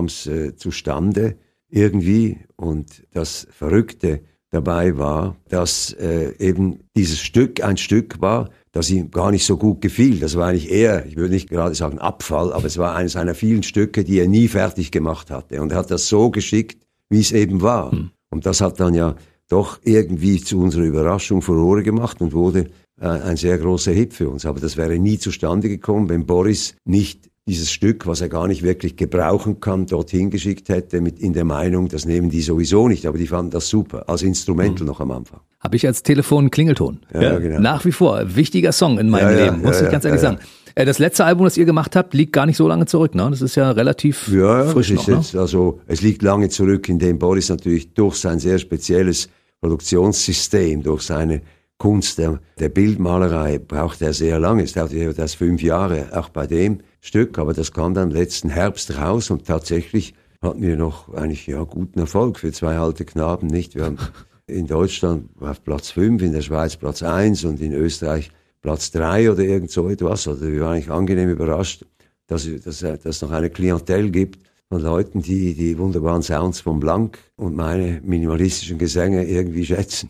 zustande irgendwie und das Verrückte dabei war, dass eben dieses Stück ein Stück war, das ihm gar nicht so gut gefiel. Das war eigentlich eher, ich würde nicht gerade sagen Abfall, aber es war eines seiner vielen Stücke, die er nie fertig gemacht hatte. Und er hat das so geschickt, wie es eben war. Und das hat dann ja doch irgendwie zu unserer Überraschung Furore gemacht und wurde ein sehr großer Hit für uns. Aber das wäre nie zustande gekommen, wenn Boris nicht dieses Stück, was er gar nicht wirklich gebrauchen kann, dorthin geschickt hätte, in der Meinung, das nehmen die sowieso nicht, aber die fanden das super, als Instrumental noch am Anfang. Habe ich als Telefon-Klingelton. Ja, genau. Nach wie vor, wichtiger Song in meinem Leben, muss ich ganz ehrlich sagen. Das letzte Album, das ihr gemacht habt, liegt gar nicht so lange zurück, ne? Das ist ja relativ frisch noch, ne? Also, es liegt lange zurück, in dem Boris natürlich durch sein sehr spezielles Produktionssystem, durch seine Kunst der Bildmalerei braucht er sehr lange. Es dauerte das 5 Jahre, auch bei dem Stück, aber das kam dann letzten Herbst raus und tatsächlich hatten wir noch eigentlich guten Erfolg für 2 alte Knaben, nicht? Wir haben in Deutschland auf Platz 5, in der Schweiz Platz 1 und in Österreich Platz 3 oder irgend so etwas. Also wir waren eigentlich angenehm überrascht, dass es noch eine Klientel gibt von Leuten, die die wunderbaren Sounds von Blanc und meine minimalistischen Gesänge irgendwie schätzen.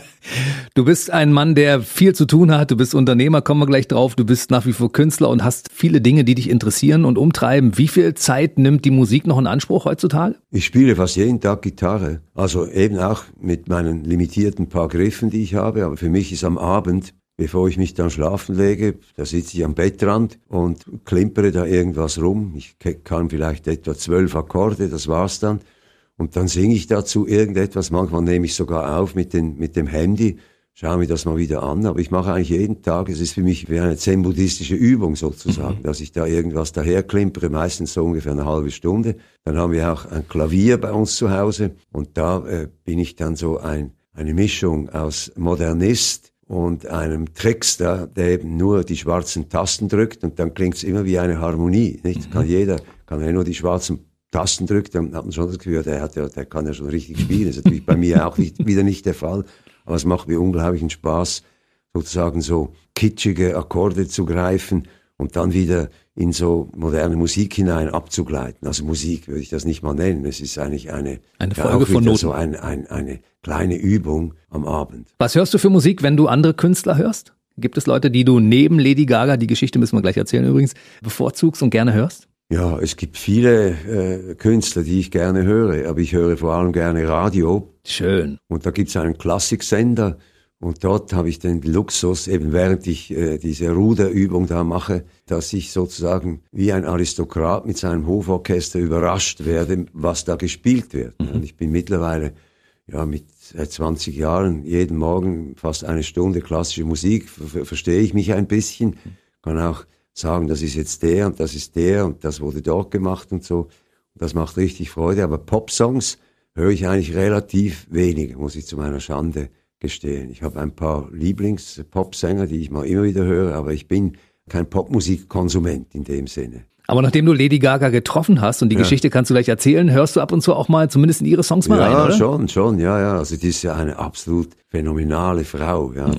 Du bist ein Mann, der viel zu tun hat, du bist Unternehmer, kommen wir gleich drauf, du bist nach wie vor Künstler und hast viele Dinge, die dich interessieren und umtreiben. Wie viel Zeit nimmt die Musik noch in Anspruch heutzutage? Ich spiele fast jeden Tag Gitarre, also eben auch mit meinen limitierten paar Griffen, die ich habe, aber für mich ist am Abend, bevor ich mich dann schlafen lege, da sitze ich am Bettrand und klimpere da irgendwas rum. Ich kann vielleicht etwa 12 Akkorde, das war's dann. Und dann singe ich dazu irgendetwas. Manchmal nehme ich sogar auf mit dem Handy, schaue mir das mal wieder an. Aber ich mache eigentlich jeden Tag, es ist für mich wie eine zen-buddhistische Übung sozusagen, dass ich da irgendwas daherklimpere, meistens so ungefähr eine halbe Stunde. Dann haben wir auch ein Klavier bei uns zu Hause und da bin ich dann so eine Mischung aus Modernist und einem Trickster, der eben nur die schwarzen Tasten drückt und dann klingt's immer wie eine Harmonie. Nicht? Kann er nur die schwarzen Tasten drückt, dann hat man schon das Gefühl, der kann ja schon richtig spielen. Das ist natürlich bei mir auch wieder nicht der Fall, aber es macht mir unglaublichen Spaß, sozusagen so kitschige Akkorde zu greifen und dann wieder in so moderne Musik hinein abzugleiten. Also Musik würde ich das nicht mal nennen. Es ist eigentlich eine Folge von Noten. So eine kleine Übung am Abend. Was hörst du für Musik, wenn du andere Künstler hörst? Gibt es Leute, die du neben Lady Gaga, die Geschichte müssen wir gleich erzählen übrigens, bevorzugst und gerne hörst? Ja, es gibt viele Künstler, die ich gerne höre, aber ich höre vor allem gerne Radio. Schön. Und da gibt's einen Klassiksender und dort habe ich den Luxus, eben während ich diese Ruderübung da mache, dass ich sozusagen wie ein Aristokrat mit seinem Hoforchester überrascht werde, was da gespielt wird. Und ich bin mittlerweile mit 20 Jahren jeden Morgen fast eine Stunde klassische Musik, verstehe ich mich ein bisschen, kann auch sagen, das ist jetzt der und das ist der und das wurde dort gemacht und so. Und das macht richtig Freude, aber Popsongs höre ich eigentlich relativ wenig, muss ich zu meiner Schande gestehen. Ich habe ein paar Lieblings-Popsänger, die ich mal immer wieder höre, aber ich bin kein Popmusikkonsument in dem Sinne. Aber nachdem du Lady Gaga getroffen hast und die Geschichte kannst du gleich erzählen, hörst du ab und zu auch mal zumindest in ihre Songs mal rein, oder? Ja, schon. Also die ist ja eine absolut phänomenale Frau. Ja,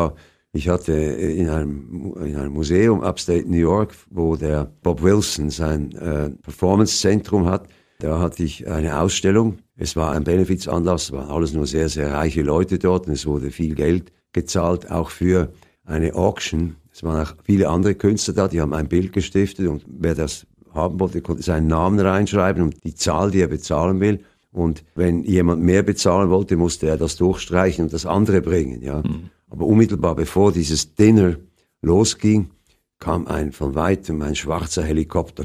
ich hatte in einem Museum upstate New York, wo der Bob Wilson sein Performance-Zentrum hat, da hatte ich eine Ausstellung. Es war ein Benefizanlass, es waren alles nur sehr, sehr reiche Leute dort und es wurde viel Geld gezahlt, auch für eine Auction. Es waren auch viele andere Künstler da, die haben ein Bild gestiftet und wer das haben wollte, konnte seinen Namen reinschreiben und die Zahl, die er bezahlen will. Und wenn jemand mehr bezahlen wollte, musste er das durchstreichen und das andere bringen. Ja. Aber unmittelbar bevor dieses Dinner losging, kam von weitem ein schwarzer Helikopter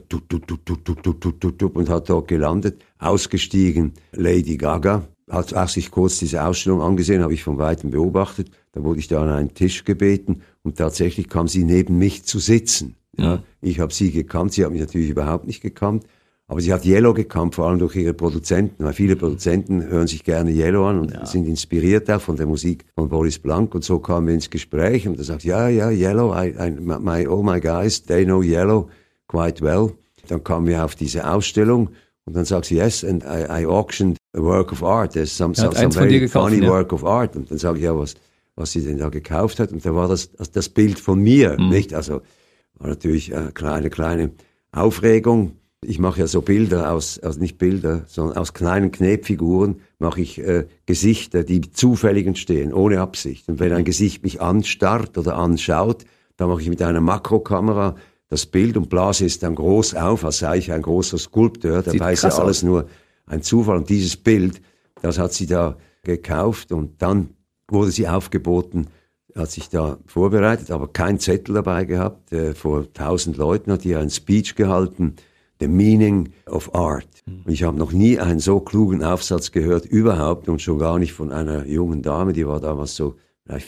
und hat dort gelandet, ausgestiegen Lady Gaga, hat auch sich kurz diese Ausstellung angesehen, habe ich von weitem beobachtet, da wurde ich da an einen Tisch gebeten und tatsächlich kam sie neben mich zu sitzen. Ja. Ich habe sie gekannt, sie hat mich natürlich überhaupt nicht gekannt, aber sie hat Yellow gekannt, vor allem durch ihre Produzenten, weil viele Produzenten hören sich gerne Yellow an und sind inspiriert auch von der Musik von Boris Blanc und so kamen wir ins Gespräch und er sagt, ja, Yellow, all my guys, they know Yellow quite well. Dann kamen wir auf diese Ausstellung und dann sagt sie, yes, and I auctioned a work of art, there's some very funny work of art. Und dann sage ich, ja, was sie denn da gekauft hat und da war das Bild von mir, nicht? Also war natürlich eine kleine Aufregung. Ich mache ja so Bilder nicht Bilder, sondern aus kleinen Knetfiguren mache ich Gesichter, die zufällig entstehen, ohne Absicht. Und wenn ein Gesicht mich anstarrt oder anschaut, dann mache ich mit einer Makrokamera das Bild und blase es dann groß auf, als sei ich ein großer Skulpteur. Dabei ist ja alles nur ein Zufall. Und dieses Bild, das hat sie da gekauft und dann wurde sie aufgeboten, hat sich da vorbereitet, aber kein Zettel dabei gehabt. Vor 1000 Leuten hat er einen Speech gehalten, The Meaning of Art. Und ich habe noch nie einen so klugen Aufsatz gehört, überhaupt, und schon gar nicht von einer jungen Dame, die war damals so vielleicht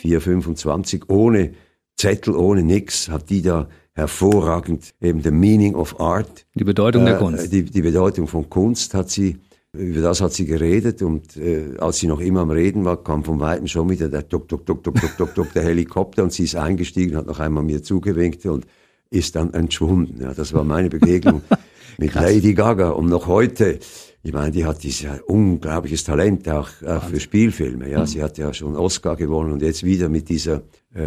25, ohne Zettel, ohne nix, hat die da hervorragend eben The Meaning of Art. Die Bedeutung der Kunst. Die Bedeutung von Kunst über das hat sie geredet, und als sie noch immer am Reden war, kam von Weitem schon wieder der Duck, der Helikopter, und sie ist eingestiegen, hat noch einmal mir zugewinkt und ist dann entschwunden. Ja, das war meine Begegnung mit Lady Gaga. Und noch heute, ich meine, die hat dieses unglaubliches Talent auch für Spielfilme. Ja, sie hat ja schon Oscar gewonnen, und jetzt wieder mit dieser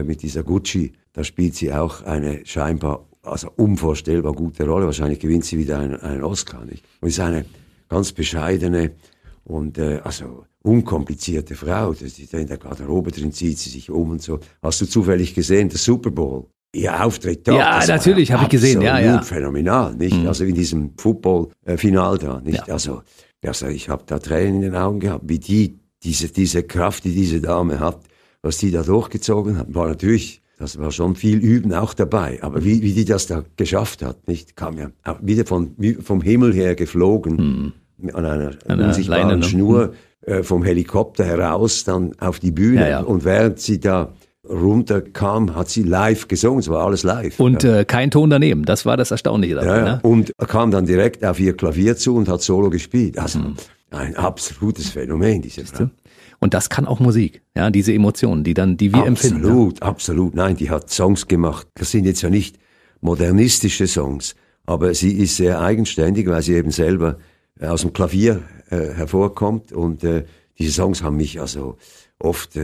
Gucci, da spielt sie auch eine scheinbar, also unvorstellbar gute Rolle. Wahrscheinlich gewinnt sie wieder einen Oscar, nicht? Und ist eine ganz bescheidene und also unkomplizierte Frau. Die da in der Garderobe drin zieht sie sich um und so. Hast du zufällig gesehen, der Super Bowl? Ihr Auftritt dort. Ja, natürlich, habe ich gesehen. Ja. Phänomenal, nicht? Also in diesem Football-Final da, nicht? Ja. Also ich habe da Tränen in den Augen gehabt, wie diese Kraft, die diese Dame hat, was die da durchgezogen hat, war natürlich, das war schon viel Üben auch dabei. Aber wie die das da geschafft hat, nicht? Kam ja wieder vom Himmel her geflogen, an einer unsichtbaren Schnur, vom Helikopter heraus, dann auf die Bühne. Ja. Und während sie da runterkam, hat sie live gesungen, es war alles live. Und kein Ton daneben, das war das Erstaunliche dabei. Ja. Ne? Und kam dann direkt auf ihr Klavier zu und hat Solo gespielt. Also ein absolutes Phänomen, diese Frau. Und das kann auch Musik, ja, diese Emotionen, die wir empfinden. Absolut. Nein, die hat Songs gemacht. Das sind jetzt ja nicht modernistische Songs, aber sie ist sehr eigenständig, weil sie eben selber aus dem Klavier hervorkommt, und diese Songs haben mich also oft,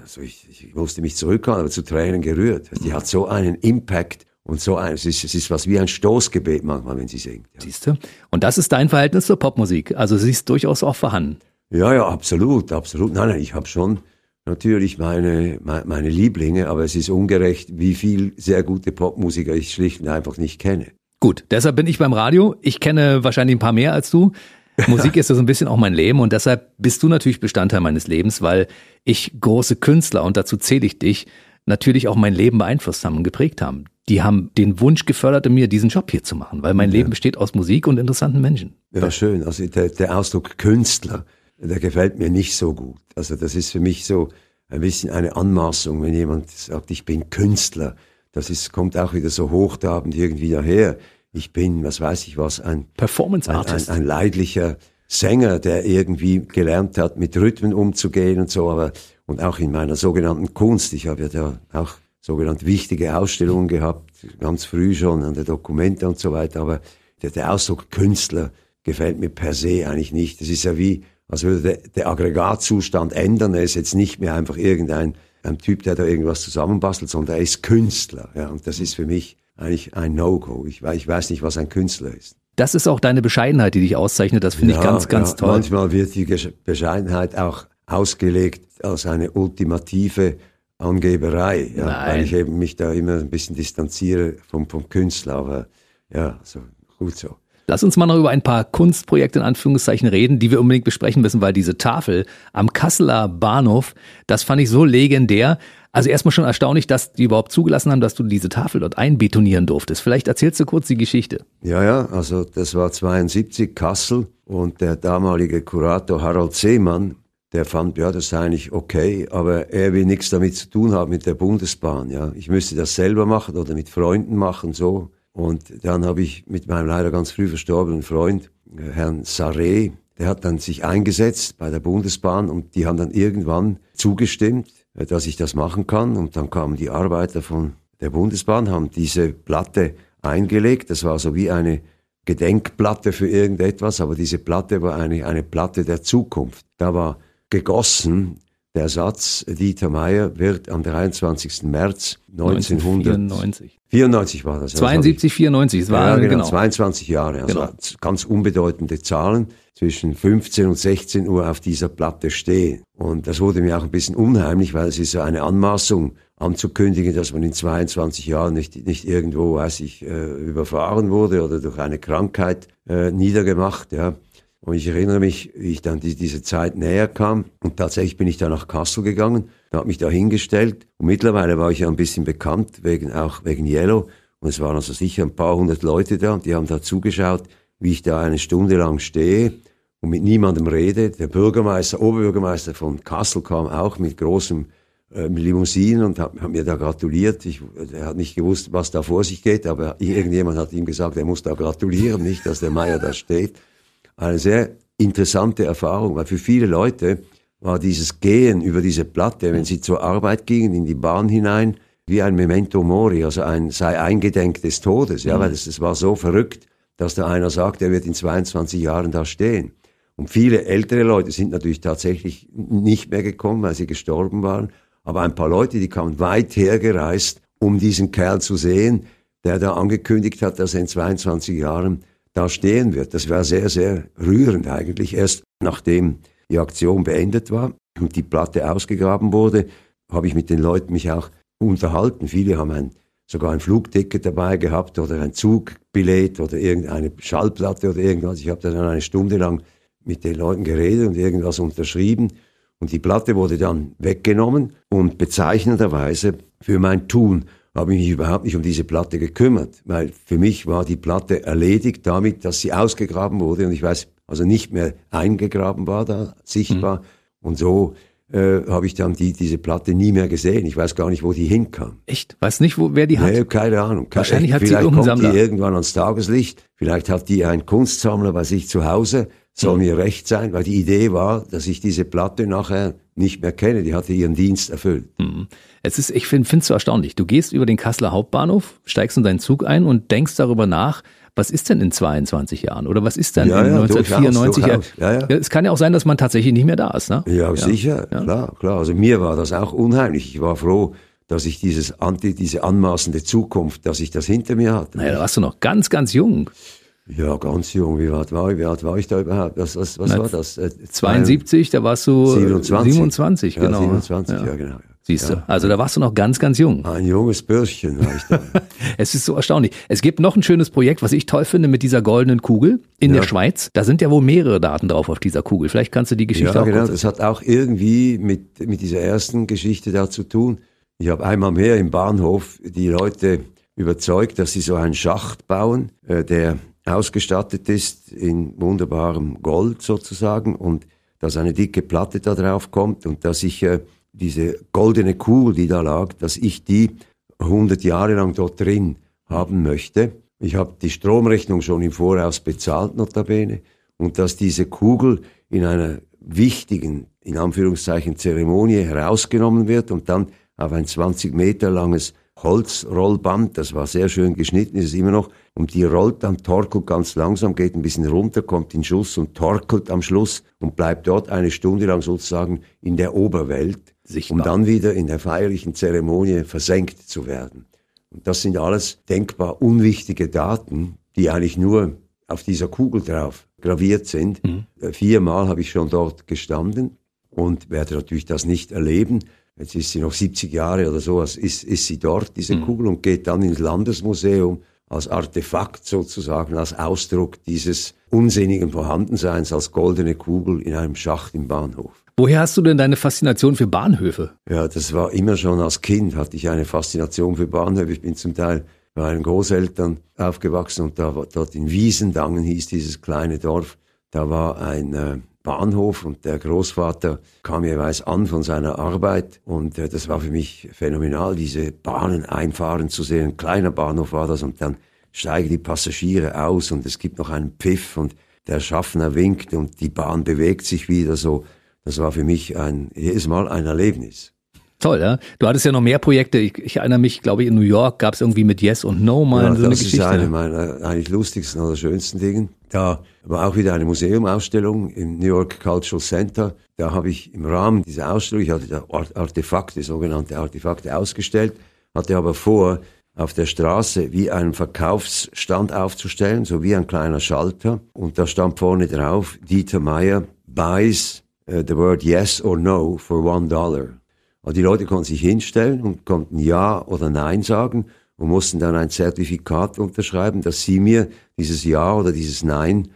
ich musste mich zurückhalten, aber zu Tränen gerührt. Die hat so einen Impact und es ist was wie ein Stoßgebet manchmal, wenn sie singt. Ja. Siehst du? Und das ist dein Verhältnis zur Popmusik. Also sie ist durchaus auch vorhanden. Ja, absolut. Nein, ich habe schon natürlich meine Lieblinge, aber es ist ungerecht, wie viel sehr gute Popmusiker ich schlicht und einfach nicht kenne. Gut, deshalb bin ich beim Radio. Ich kenne wahrscheinlich ein paar mehr als du. Musik ist ja so ein bisschen auch mein Leben, und deshalb bist du natürlich Bestandteil meines Lebens, weil ich große Künstler, und dazu zähle ich dich, natürlich auch mein Leben beeinflusst haben und geprägt haben. Die haben den Wunsch gefördert in mir, diesen Job hier zu machen, weil mein Leben besteht aus Musik und interessanten Menschen. Ja, schön. Also der Ausdruck Künstler, der gefällt mir nicht so gut. Also das ist für mich so ein bisschen eine Anmaßung, wenn jemand sagt, ich bin Künstler. Kommt auch wieder so hochtrabend irgendwie daher. Ich bin, was weiß ich was, ein Performance-Artist. Ein leidlicher Sänger, der irgendwie gelernt hat, mit Rhythmen umzugehen und so, und auch in meiner sogenannten Kunst. Ich habe ja da auch sogenannte wichtige Ausstellungen gehabt, ganz früh schon an der Documenta und so weiter, aber der Ausdruck Künstler gefällt mir per se eigentlich nicht. Das ist ja wie, als würde der Aggregatzustand ändern. Er ist jetzt nicht mehr einfach ein Typ, der da irgendwas zusammenbastelt, sondern er ist Künstler. Ja, und das ist für mich eigentlich ein No-Go. Ich weiß nicht, was ein Künstler ist. Das ist auch deine Bescheidenheit, die dich auszeichnet. Das finde ich ganz toll. Manchmal wird die Bescheidenheit auch ausgelegt als eine ultimative Angeberei. Ja, weil ich eben mich da immer ein bisschen distanziere vom Künstler. Aber ja, so gut so. Lass uns mal noch über ein paar Kunstprojekte in Anführungszeichen reden, die wir unbedingt besprechen müssen, weil diese Tafel am Kasseler Bahnhof, das fand ich so legendär. Also erstmal schon erstaunlich, dass die überhaupt zugelassen haben, dass du diese Tafel dort einbetonieren durftest. Vielleicht erzählst du kurz die Geschichte. Ja, also das war 72 Kassel, und der damalige Kurator Harald Seemann, der fand, ja, das sei eigentlich okay, aber er will nichts damit zu tun haben mit der Bundesbahn. Ja, ich müsste das selber machen oder mit Freunden machen, so. Und dann habe ich mit meinem leider ganz früh verstorbenen Freund, Herrn Saré, der hat dann sich eingesetzt bei der Bundesbahn, und die haben dann irgendwann zugestimmt, dass ich das machen kann. Und dann kamen die Arbeiter von der Bundesbahn, haben diese Platte eingelegt. Das war so wie eine Gedenkplatte für irgendetwas, aber diese Platte war eine Platte der Zukunft. Da war gegossen der Satz, Dieter Meier wird am 23. März 1994 war das. 72, 94, es war genau 22 Jahre, also ganz unbedeutende Zahlen, zwischen 15 und 16 Uhr auf dieser Platte stehen. Und das wurde mir auch ein bisschen unheimlich, weil es ist so eine Anmaßung anzukündigen, dass man in 22 Jahren nicht irgendwo, überfahren wurde oder durch eine Krankheit niedergemacht, ja. Und ich erinnere mich, wie ich dann diese Zeit näher kam, und tatsächlich bin ich dann nach Kassel gegangen habe mich da hingestellt und mittlerweile war ich ja ein bisschen bekannt, auch wegen Yellow. Und es waren also sicher ein paar hundert Leute da und die haben da zugeschaut, wie ich da eine Stunde lang stehe und mit niemandem rede. Der Oberbürgermeister von Kassel kam auch mit großem Limousinen und hat mir da gratuliert. Er hat nicht gewusst, was da vor sich geht, aber irgendjemand hat ihm gesagt, er muss da gratulieren, nicht, dass der Meier da steht. Eine sehr interessante Erfahrung, weil für viele Leute war dieses Gehen über diese Platte, wenn sie zur Arbeit gingen, in die Bahn hinein, wie ein Memento Mori, also sei eingedenk des Todes, ja, weil das war so verrückt, dass da einer sagt, er wird in 22 Jahren da stehen. Und viele ältere Leute sind natürlich tatsächlich nicht mehr gekommen, weil sie gestorben waren. Aber ein paar Leute, die kamen weit hergereist, um diesen Kerl zu sehen, der da angekündigt hat, dass er in 22 Jahren da stehen wird. Das war sehr, sehr rührend eigentlich. Erst nachdem die Aktion beendet war und die Platte ausgegraben wurde, habe ich mit den Leuten mich auch unterhalten. Viele haben sogar ein Flugticket dabei gehabt oder ein Zugbillett oder irgendeine Schallplatte oder irgendwas. Ich habe dann eine Stunde lang mit den Leuten geredet und irgendwas unterschrieben. Und die Platte wurde dann weggenommen und bezeichnenderweise für mein Tun habe ich mich überhaupt nicht um diese Platte gekümmert, weil für mich war die Platte erledigt damit, dass sie ausgegraben wurde und ich weiß, also nicht mehr eingegraben war da, sichtbar. Und so habe ich dann diese Platte nie mehr gesehen. Ich weiß gar nicht, wo die hinkam. Echt? Weißt nicht, wer die hat? Nee, keine Ahnung. Wahrscheinlich hat sie irgendein Sammler. Vielleicht kommt die irgendwann ans Tageslicht. Vielleicht hat die ein Kunstsammler bei sich zu Hause. Soll mir recht sein, weil die Idee war, dass ich diese Platte nachher nicht mehr kenne. Die hatte ihren Dienst erfüllt. Ich finde es so erstaunlich. Du gehst über den Kasseler Hauptbahnhof, steigst in deinen Zug ein und denkst darüber nach, was ist denn in 22 Jahren? Oder was ist denn in 1994? Durchaus. Ja. Es kann ja auch sein, dass man tatsächlich nicht mehr da ist, ne? Ja, sicher. Ja. Klar. Also mir war das auch unheimlich. Ich war froh, dass ich diese anmaßende Zukunft, dass ich das hinter mir hatte. Naja, da warst du noch ganz, ganz jung. Ja, ganz jung. Wie alt war ich da überhaupt? Was war das? 72, da warst du 27 ja, genau. 27, ja genau. Siehst du, also da warst du noch ganz, ganz jung. Ein junges Bürschchen war ich da. Es ist so erstaunlich. Es gibt noch ein schönes Projekt, was ich toll finde, mit dieser goldenen Kugel in der Schweiz. Da sind ja wohl mehrere Daten drauf auf dieser Kugel. Vielleicht kannst du die Geschichte auch genau. kurz. Das hat auch irgendwie mit dieser ersten Geschichte da zu tun. Ich habe einmal mehr im Bahnhof die Leute überzeugt, dass sie so einen Schacht bauen, der ausgestattet ist in wunderbarem Gold sozusagen und dass eine dicke Platte da drauf kommt und dass ich diese goldene Kugel, die da lag, dass ich die 100 Jahre lang dort drin haben möchte. Ich habe die Stromrechnung schon im Voraus bezahlt, notabene, und dass diese Kugel in einer wichtigen, in Anführungszeichen, Zeremonie herausgenommen wird und dann auf ein 20 Meter langes Holzrollband, das war sehr schön geschnitten, ist es immer noch, und die rollt dann, torkelt ganz langsam, geht ein bisschen runter, kommt in Schuss und torkelt am Schluss und bleibt dort eine Stunde lang sozusagen in der Oberwelt, sichtbar, um dann wieder in der feierlichen Zeremonie versenkt zu werden. Und das sind alles denkbar unwichtige Daten, die eigentlich nur auf dieser Kugel drauf graviert sind. 4-mal habe ich schon dort gestanden und werde natürlich das nicht erleben. Jetzt ist sie noch 70 Jahre oder so, ist sie dort, diese Kugel, und geht dann ins Landesmuseum als Artefakt sozusagen, als Ausdruck dieses unsinnigen Vorhandenseins, als goldene Kugel in einem Schacht im Bahnhof. Woher hast du denn deine Faszination für Bahnhöfe? Ja, das war immer schon als Kind, hatte ich eine Faszination für Bahnhöfe. Ich bin zum Teil bei meinen Großeltern aufgewachsen und dort in Wiesendangen hieß dieses kleine Dorf, da war ein Bahnhof und der Großvater kam jeweils an von seiner Arbeit und das war für mich phänomenal, diese Bahnen einfahren zu sehen. Ein kleiner Bahnhof war das und dann steigen die Passagiere aus und es gibt noch einen Pfiff und der Schaffner winkt und die Bahn bewegt sich wieder so. Das war für mich jedes Mal ein Erlebnis. Toll, ja. Du hattest ja noch mehr Projekte. Ich erinnere mich, glaube ich, in New York gab es irgendwie mit Yes und No mal so eine Geschichte. Das ist eine meiner eigentlich lustigsten oder schönsten Dingen. Da war auch wieder eine Museumausstellung im New York Cultural Center. Da habe ich im Rahmen dieser Ausstellung, ich hatte da Artefakte, sogenannte Artefakte ausgestellt, hatte aber vor, auf der Straße wie einen Verkaufsstand aufzustellen, so wie ein kleiner Schalter. Und da stand vorne drauf, Dieter Meier buys the word yes or no for $1. Und die Leute konnten sich hinstellen und konnten Ja oder Nein sagen und mussten dann ein Zertifikat unterschreiben, dass sie mir dieses Ja oder dieses Nein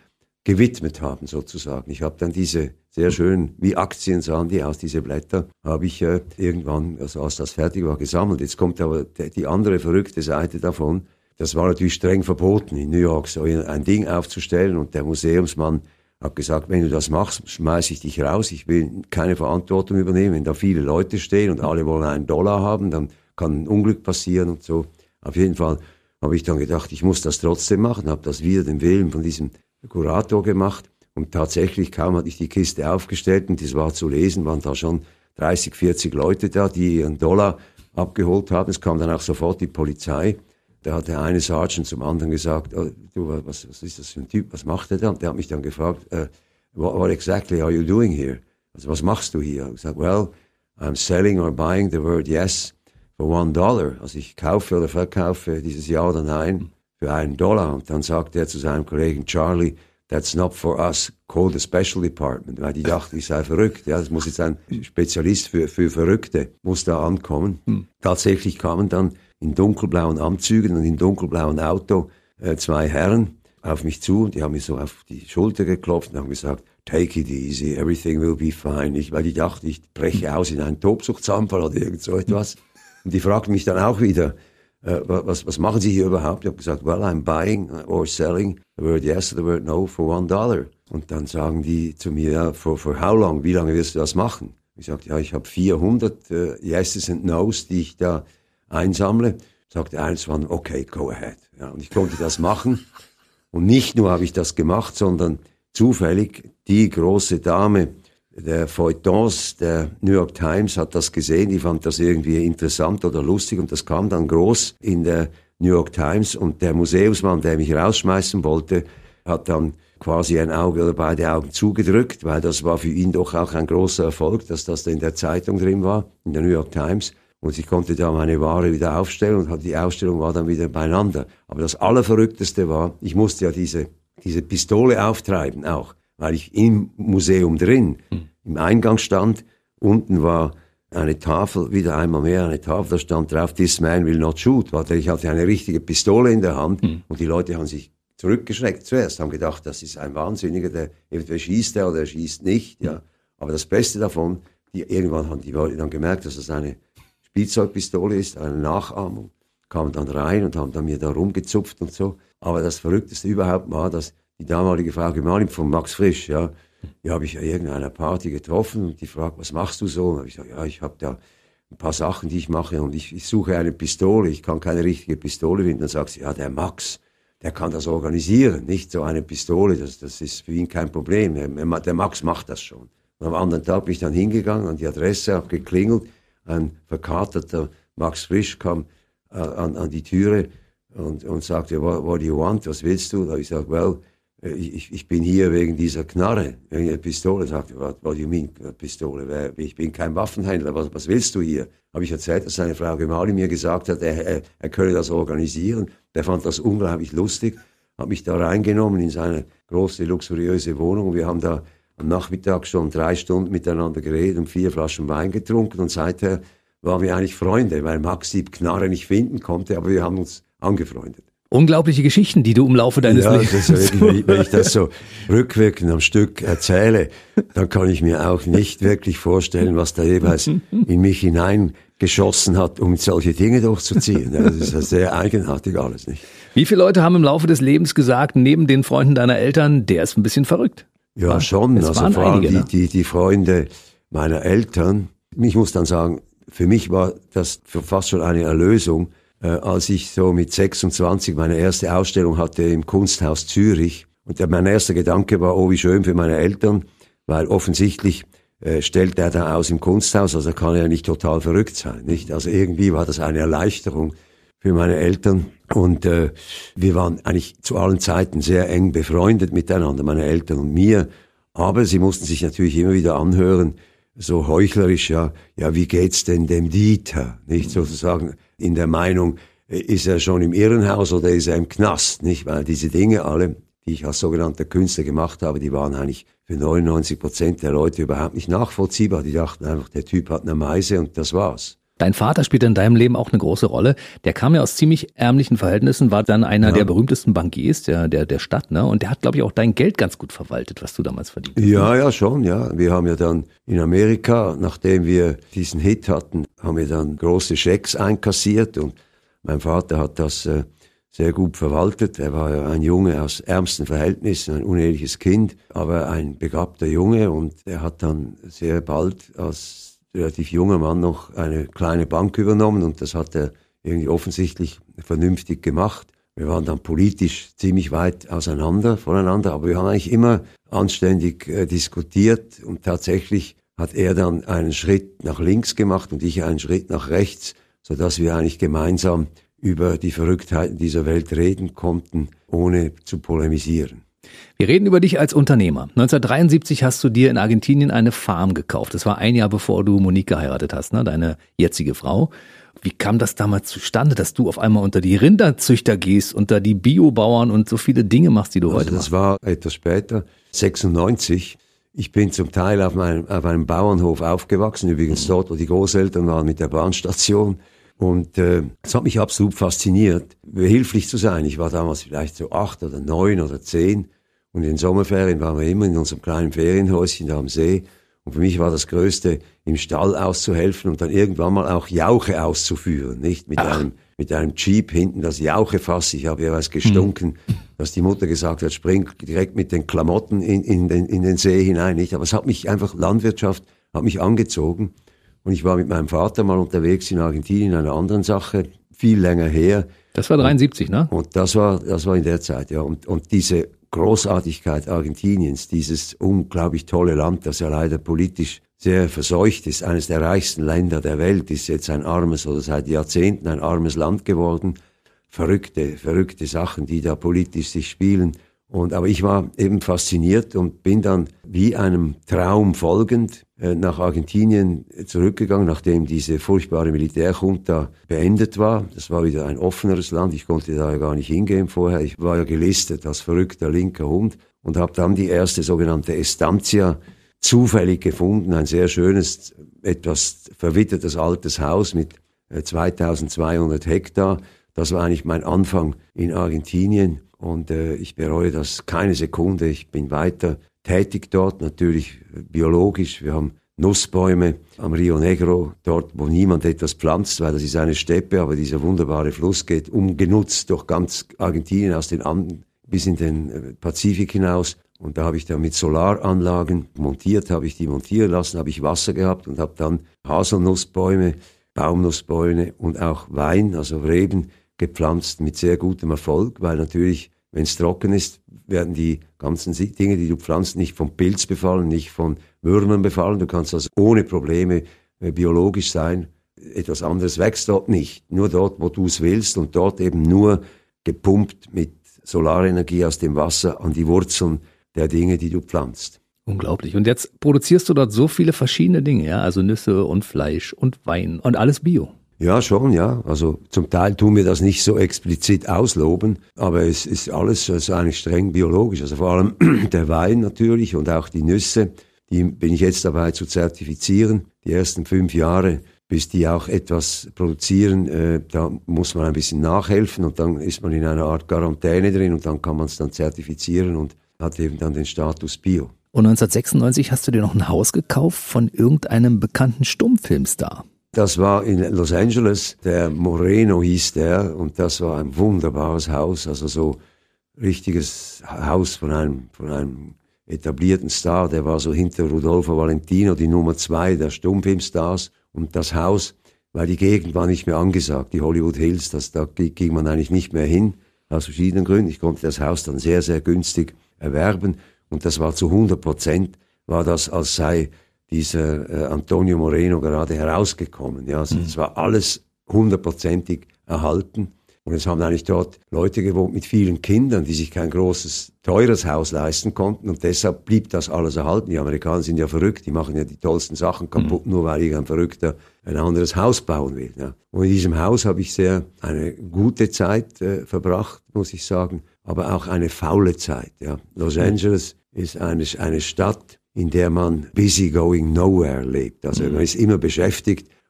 gewidmet haben sozusagen. Ich habe dann diese sehr schön, wie Aktien sahen die aus, diese Blätter, habe ich irgendwann, also als das fertig war, gesammelt. Jetzt kommt aber die andere verrückte Seite davon. Das war natürlich streng verboten, in New York so ein Ding aufzustellen, und der Museumsmann hat gesagt, wenn du das machst, schmeiß ich dich raus, ich will keine Verantwortung übernehmen. Wenn da viele Leute stehen und alle wollen $1 haben, dann kann ein Unglück passieren und so. Auf jeden Fall habe ich dann gedacht, ich muss das trotzdem machen, habe das wieder den Willen von diesem Kurator gemacht, und tatsächlich kaum hatte ich die Kiste aufgestellt und das war zu lesen, waren da schon 30, 40 Leute da, die $1 abgeholt haben. Es kam dann auch sofort die Polizei. Da hat der eine Sergeant zum anderen gesagt, oh, du, was ist das für ein Typ, was macht der da? Und der hat mich dann gefragt, what exactly are you doing here? Also was machst du hier? Ich habe gesagt, well, I'm selling or buying the word yes for $1. Also ich kaufe oder verkaufe dieses Ja oder Nein für $1. Und dann sagt er zu seinem Kollegen Charlie, that's not for us, call the special department. Weil die dachten, ich sei verrückt. Ja, das muss jetzt ein Spezialist für Verrückte, muss da ankommen. Tatsächlich kamen dann in dunkelblauen Anzügen und in dunkelblauen Auto 2 Herren auf mich zu, und die haben mir so auf die Schulter geklopft und haben gesagt, take it easy, everything will be fine. Weil die dachten, ich breche aus in einen Tobsuchtsanfall oder irgend so etwas. Und die fragten mich dann auch wieder, was machen Sie hier überhaupt? Ich habe gesagt, well, I'm buying or selling the word yes or the word no for $1. Und dann sagen die zu mir, ja, for how long? Wie lange wirst du das machen? Ich sagte, ja, ich habe 400 Yeses and Nos, die ich da einsammle. Sagte eins von, okay, go ahead. Ja, und ich konnte das machen. Und nicht nur habe ich das gemacht, sondern zufällig die große Dame der Feuilletons der New York Times hat das gesehen, die fand das irgendwie interessant oder lustig, und das kam dann groß in der New York Times, und der Museumsmann, der mich rausschmeißen wollte, hat dann quasi ein Auge oder beide Augen zugedrückt, weil das war für ihn doch auch ein großer Erfolg, dass das da in der Zeitung drin war, in der New York Times. Und ich konnte da meine Ware wieder aufstellen, und die Ausstellung war dann wieder beieinander. Aber das Allerverrückteste war, ich musste ja diese Pistole auftreiben auch, weil ich im Museum drin, im Eingang stand, unten war eine Tafel, wieder einmal mehr eine Tafel, da stand drauf, this man will not shoot, weil ich hatte eine richtige Pistole in der Hand, und die Leute haben sich zurückgeschreckt zuerst, haben gedacht, das ist ein Wahnsinniger, der eventuell schießt oder er schießt nicht, ja. Aber das Beste davon, irgendwann haben die Leute dann gemerkt, dass das eine Spielzeugpistole ist, eine Nachahmung, kamen dann rein und haben dann mir da rumgezupft und so. Aber das Verrückteste überhaupt war, dass die damalige Frau Gemahlin von Max Frisch, ja, die habe ich an irgendeiner Party getroffen, und die fragt, was machst du so? Und ich sage, ja, ich habe da ein paar Sachen, die ich mache, und ich suche eine Pistole, ich kann keine richtige Pistole finden. Dann sagt sie, ja, der Max, der kann das organisieren, nicht so eine Pistole, das ist für ihn kein Problem, der Max macht das schon. Und am anderen Tag bin ich dann hingegangen an die Adresse, habe geklingelt, ein verkaterter Max Frisch kam an die Türe und sagte, what do you want, was willst du? Da habe ich gesagt, well, ich bin hier wegen dieser Knarre, wegen der Pistole. Sagte, what do you mean, Pistole? Ich bin kein Waffenhändler, was willst du hier? Habe ich erzählt, dass seine Frau Gemahlin mir gesagt hat, er könne das organisieren. Der fand das unglaublich lustig, hat mich da reingenommen in seine große, luxuriöse Wohnung. Wir haben da am Nachmittag schon 3 Stunden miteinander geredet und 4 Flaschen Wein getrunken, und seither waren wir eigentlich Freunde, weil Max die Knarre nicht finden konnte, aber wir haben uns angefreundet. Unglaubliche Geschichten, die du im Laufe deines Lebens... Das ist wenn ich das so rückwirkend am Stück erzähle, dann kann ich mir auch nicht wirklich vorstellen, was da jeweils in mich hineingeschossen hat, um solche Dinge durchzuziehen. Das ist ja sehr eigenartig alles, nicht? Wie viele Leute haben im Laufe des Lebens gesagt, neben den Freunden deiner Eltern, der ist ein bisschen verrückt? Ja, schon. Also vor allem die Freunde meiner Eltern. Ich muss dann sagen, für mich war das fast schon eine Erlösung, als ich so mit 26 meine erste Ausstellung hatte im Kunsthaus Zürich. Und mein erster Gedanke war, oh, wie schön für meine Eltern, weil offensichtlich stellt er da aus im Kunsthaus, also kann er nicht total verrückt sein, nicht? Also irgendwie war das eine Erleichterung für meine Eltern. Und wir waren eigentlich zu allen Zeiten sehr eng befreundet miteinander, meine Eltern und mir. Aber sie mussten sich natürlich immer wieder anhören, so heuchlerisch, ja, wie geht's denn dem Dieter? Nicht sozusagen in der Meinung, ist er schon im Irrenhaus oder ist er im Knast? Nicht, weil diese Dinge alle, die ich als sogenannter Künstler gemacht habe, die waren eigentlich für 99% der Leute überhaupt nicht nachvollziehbar. Die dachten einfach, der Typ hat eine Meise und das war's. Dein Vater spielt in deinem Leben auch eine große Rolle. Der kam ja aus ziemlich ärmlichen Verhältnissen, war dann einer der berühmtesten Bankiers der Stadt, ne? Und der hat, glaube ich, auch dein Geld ganz gut verwaltet, was du damals verdient hast. Ja, schon, ja. Wir haben ja dann in Amerika, nachdem wir diesen Hit hatten, haben wir dann große Schecks einkassiert und mein Vater hat das sehr gut verwaltet. Er war ja ein Junge aus ärmsten Verhältnissen, ein uneheliches Kind, aber ein begabter Junge und er hat dann sehr bald als relativ junger Mann noch eine kleine Bank übernommen und das hat er irgendwie offensichtlich vernünftig gemacht. Wir waren dann politisch ziemlich weit voneinander, aber wir haben eigentlich immer anständig diskutiert und tatsächlich hat er dann einen Schritt nach links gemacht und ich einen Schritt nach rechts, sodass wir eigentlich gemeinsam über die Verrücktheiten dieser Welt reden konnten, ohne zu polemisieren. Wir reden über dich als Unternehmer. 1973 hast du dir in Argentinien eine Farm gekauft. Das war ein Jahr bevor du Monique geheiratet hast, ne? Deine jetzige Frau. Wie kam das damals zustande, dass du auf einmal unter die Rinderzüchter gehst, unter die Biobauern und so viele Dinge machst, die du heute machst? Das war etwas später, 96. Ich bin zum Teil auf einem Bauernhof aufgewachsen, übrigens dort, wo die Großeltern waren mit der Bahnstation. Und es hat mich absolut fasziniert, behilflich zu sein. Ich war damals vielleicht so 8 oder 9 oder 10 und in den Sommerferien waren wir immer in unserem kleinen Ferienhäuschen da am See. Und für mich war das Größte, im Stall auszuhelfen und dann irgendwann mal auch Jauche auszuführen, nicht? Mit einem Jeep hinten das Jauchefass. Ich habe jeweils gestunken, dass die Mutter gesagt hat, spring direkt mit den Klamotten in den See hinein, nicht? Aber es hat mich einfach, Landwirtschaft hat mich angezogen. Und ich war mit meinem Vater mal unterwegs in Argentinien in einer anderen Sache, viel länger her. Das war 73, ne? Und das war in der Zeit, ja. Und diese Großartigkeit Argentiniens, dieses unglaublich tolle Land, das ja leider politisch sehr verseucht ist, eines der reichsten Länder der Welt, ist jetzt ein armes oder seit Jahrzehnten ein armes Land geworden. Verrückte Sachen, die da politisch sich spielen. Aber ich war eben fasziniert und bin dann wie einem Traum folgend nach Argentinien zurückgegangen, nachdem diese furchtbare Militärjunta beendet war. Das war wieder ein offeneres Land. Ich konnte da ja gar nicht hingehen vorher. Ich war ja gelistet als verrückter linker Hund und habe dann die erste sogenannte Estancia zufällig gefunden. Ein sehr schönes, etwas verwittertes altes Haus mit 2200 Hektar. Das war eigentlich mein Anfang in Argentinien. Und ich bereue das keine Sekunde. Ich bin weiter tätig dort, natürlich biologisch. Wir haben Nussbäume am Rio Negro, dort wo niemand etwas pflanzt, weil das ist eine Steppe, aber dieser wunderbare Fluss geht ungenutzt durch ganz Argentinien aus den Anden bis in den Pazifik hinaus. Und da habe ich dann mit Solaranlagen montieren lassen, habe ich Wasser gehabt und habe dann Haselnussbäume, Baumnussbäume und auch Wein, also Reben, gepflanzt mit sehr gutem Erfolg, weil natürlich, wenn es trocken ist, werden die ganzen Dinge, die du pflanzt, nicht vom Pilz befallen, nicht von Würmern befallen. Du kannst also ohne Probleme biologisch sein. Etwas anderes wächst dort nicht. Nur dort, wo du es willst und dort eben nur gepumpt mit Solarenergie aus dem Wasser an die Wurzeln der Dinge, die du pflanzt. Unglaublich. Und jetzt produzierst du dort so viele verschiedene Dinge, ja, also Nüsse und Fleisch und Wein und alles Bio. Ja, schon, ja. Also zum Teil tun wir das nicht so explizit ausloben, aber es ist alles eigentlich streng biologisch. Also vor allem der Wein natürlich und auch die Nüsse, die bin ich jetzt dabei zu zertifizieren. Die ersten 5 Jahre, bis die auch etwas produzieren, da muss man ein bisschen nachhelfen und dann ist man in einer Art Quarantäne drin und dann kann man es dann zertifizieren und hat eben dann den Status Bio. Und 1996 hast du dir noch ein Haus gekauft von irgendeinem bekannten Stummfilmstar. Das war in Los Angeles, der Moreno hieß der und das war ein wunderbares Haus, also so richtiges Haus von einem etablierten Star, der war so hinter Rodolfo Valentino, die Nummer 2 der Stummfilmstars und das Haus, weil die Gegend war nicht mehr angesagt, die Hollywood Hills, da ging man eigentlich nicht mehr hin, aus verschiedenen Gründen. Ich konnte das Haus dann sehr, sehr günstig erwerben und das war zu 100%, war das, als sei dieser Antonio Moreno gerade herausgekommen. Ja, also das war alles 100%ig erhalten. Und es haben eigentlich dort Leute gewohnt mit vielen Kindern, die sich kein großes, teures Haus leisten konnten. Und deshalb blieb das alles erhalten. Die Amerikaner sind ja verrückt, die machen ja die tollsten Sachen kaputt, nur weil irgendein Verrückter ein anderes Haus bauen will. Ja. Und in diesem Haus habe ich eine gute Zeit verbracht, muss ich sagen, aber auch eine faule Zeit. Ja. Los Angeles ist eine Stadt, in der man busy going nowhere lebt. Also man ist immer beschäftigt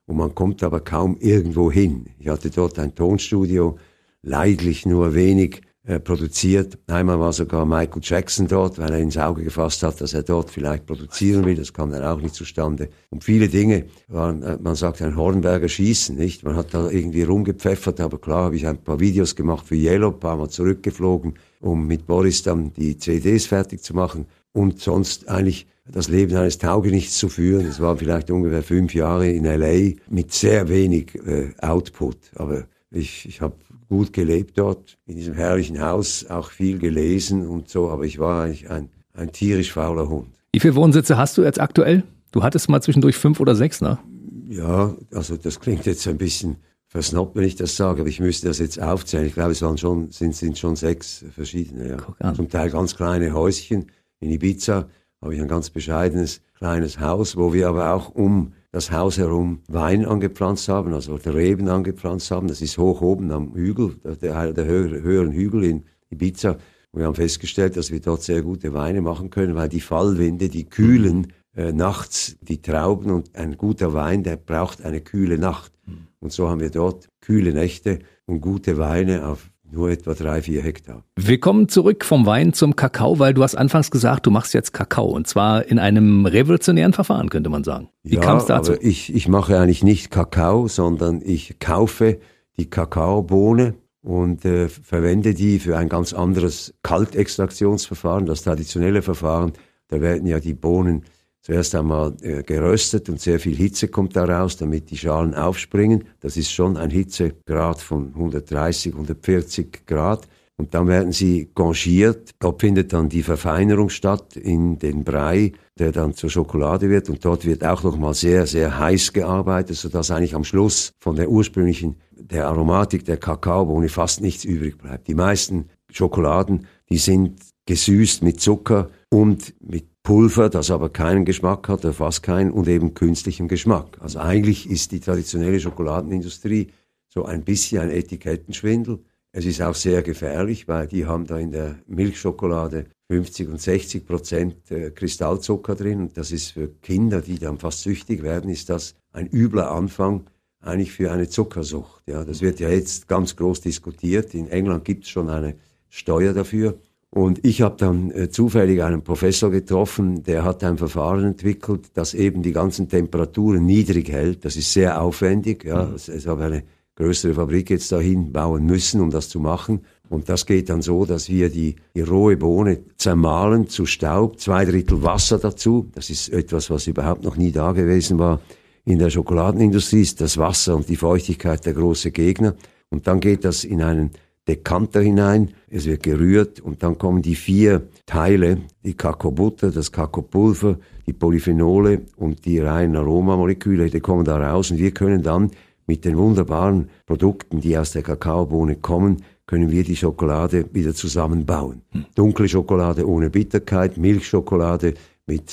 und man kommt aber kaum irgendwo hin. Ich hatte dort ein Tonstudio, leidlich nur wenig produziert. Einmal war sogar Michael Jackson dort, weil er ins Auge gefasst hat, dass er dort vielleicht produzieren will. Das kam dann auch nicht zustande. Und viele Dinge waren, man sagt, ein Hornberger Schießen, nicht? Man hat da irgendwie rumgepfeffert, aber klar habe ich ein paar Videos gemacht für Yellow, ein paar Mal zurückgeflogen, um mit Boris dann die CDs fertig zu machen und sonst eigentlich das Leben eines Taugenichts zu führen. Das waren vielleicht ungefähr 5 Jahre in L.A. mit sehr wenig Output. Aber ich habe gut gelebt dort, in diesem herrlichen Haus, auch viel gelesen und so, aber ich war eigentlich ein tierisch fauler Hund. Wie viele Wohnsitze hast du jetzt aktuell? Du hattest mal zwischendurch 5 oder 6, ne? Ja, also das klingt jetzt ein bisschen versnobbt, wenn ich das sage, aber ich müsste das jetzt aufzählen. Ich glaube, es waren sind schon 6 verschiedene. Ja. Guck an. Zum Teil ganz kleine Häuschen. In Ibiza habe ich ein ganz bescheidenes kleines Haus, wo wir aber auch um das Haus herum Wein angepflanzt haben, also Reben angepflanzt haben. Das ist hoch oben am Hügel, der höheren Hügel in Ibiza. Und wir haben festgestellt, dass wir dort sehr gute Weine machen können, weil die Fallwinde, die kühlen nachts die Trauben, und ein guter Wein, der braucht eine kühle Nacht. Und so haben wir dort kühle Nächte und gute Weine auf nur etwa 3-4 Hektar. Wir kommen zurück vom Wein zum Kakao, weil du hast anfangs gesagt, du machst jetzt Kakao, und zwar in einem revolutionären Verfahren, könnte man sagen. Wie kam es dazu? Aber ich mache eigentlich nicht Kakao, sondern ich kaufe die Kakaobohne und verwende die für ein ganz anderes Kaltextraktionsverfahren, das traditionelle Verfahren. Da werden ja die Bohnen zuerst einmal geröstet und sehr viel Hitze kommt da raus, damit die Schalen aufspringen. Das ist schon ein Hitzegrad von 130, 140 Grad. Und dann werden sie ganchiert. Dort findet dann die Verfeinerung statt in den Brei, der dann zur Schokolade wird. Und dort wird auch nochmal sehr, sehr heiß gearbeitet, sodass eigentlich am Schluss von der Aromatik der Kakaobohne fast nichts übrig bleibt. Die meisten Schokoladen, die sind gesüßt mit Zucker und mit Pulver, das aber keinen Geschmack hat, oder fast keinen, und eben künstlichem Geschmack. Also eigentlich ist die traditionelle Schokoladenindustrie so ein bisschen ein Etikettenschwindel. Es ist auch sehr gefährlich, weil die haben da in der Milchschokolade 50 und 60% Kristallzucker drin. Und das ist für Kinder, die dann fast süchtig werden, ist das ein übler Anfang eigentlich für eine Zuckersucht. Ja, das wird ja jetzt ganz groß diskutiert. In England gibt es schon eine Steuer dafür. Und ich habe dann zufällig einen Professor getroffen, der hat ein Verfahren entwickelt, das eben die ganzen Temperaturen niedrig hält. Das ist sehr aufwendig. Ja. Es habe eine größere Fabrik jetzt dahin bauen müssen, um das zu machen. Und das geht dann so, dass wir die rohe Bohne zermahlen zu Staub, 2/3 Wasser dazu. Das ist etwas, was überhaupt noch nie da gewesen war. In der Schokoladenindustrie ist das Wasser und die Feuchtigkeit der große Gegner. Und dann geht das in einen Dekanter hinein, es wird gerührt und dann kommen die 4 Teile, die Kakaobutter, das Kakaopulver, die Polyphenole und die reinen Aromamoleküle, die kommen da raus, und wir können dann mit den wunderbaren Produkten, die aus der Kakaobohne kommen, können wir die Schokolade wieder zusammenbauen. Dunkle Schokolade ohne Bitterkeit, Milchschokolade mit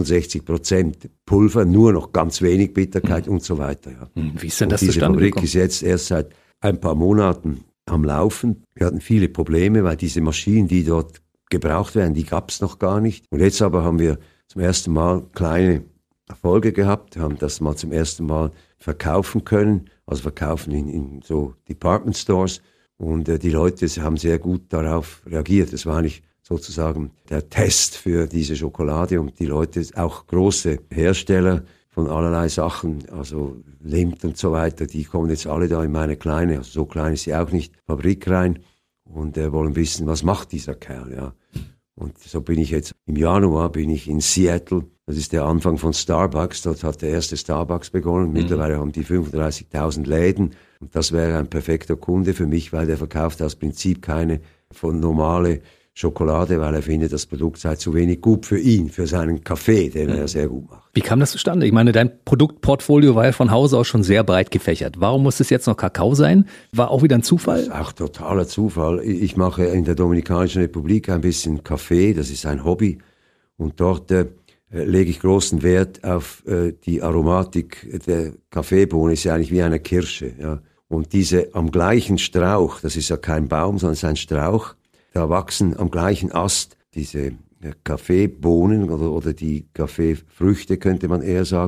65% Pulver, nur noch ganz wenig Bitterkeit und so weiter. Ja. Wie ist denn das zustande Diese Fabrik gekommen? ist jetzt erst seit ein paar Monaten am Laufen. Wir hatten viele Probleme, weil diese Maschinen, die dort gebraucht werden, die gab es noch gar nicht. Und jetzt aber haben wir zum ersten Mal kleine Erfolge gehabt, haben das mal zum ersten Mal verkaufen können, also verkaufen in so Department Stores. Und die Leute haben sehr gut darauf reagiert. Das war eigentlich sozusagen der Test für diese Schokolade, und die Leute, auch große Hersteller von allerlei Sachen, also Lindt und so weiter, die kommen jetzt alle da in meine kleine, also so klein ist sie auch nicht, Fabrik rein und wollen wissen, was macht dieser Kerl, ja. Und so bin ich jetzt, im Januar bin ich in Seattle, das ist der Anfang von Starbucks, dort hat der erste Starbucks begonnen, mittlerweile haben die 35.000 Läden, und das wäre ein perfekter Kunde für mich, weil der verkauft aus Prinzip keine von normale Schokolade, weil er findet, das Produkt sei zu wenig gut für ihn, für seinen Kaffee, den er ja sehr gut macht. Wie kam das zustande? Ich meine, dein Produktportfolio war ja von Hause aus schon sehr breit gefächert. Warum muss es jetzt noch Kakao sein? War auch wieder ein Zufall? Das ist auch totaler Zufall. Ich mache in der Dominikanischen Republik ein bisschen Kaffee, das ist ein Hobby. Und dort lege ich großen Wert auf die Aromatik der Kaffeebohne, ist ja eigentlich wie eine Kirsche. Ja. Und diese am gleichen Strauch, das ist ja kein Baum, sondern es ist ein Strauch, da wachsen am gleichen Ast diese Kaffeebohnen oder die Kaffeefrüchte, könnte man eher sagen.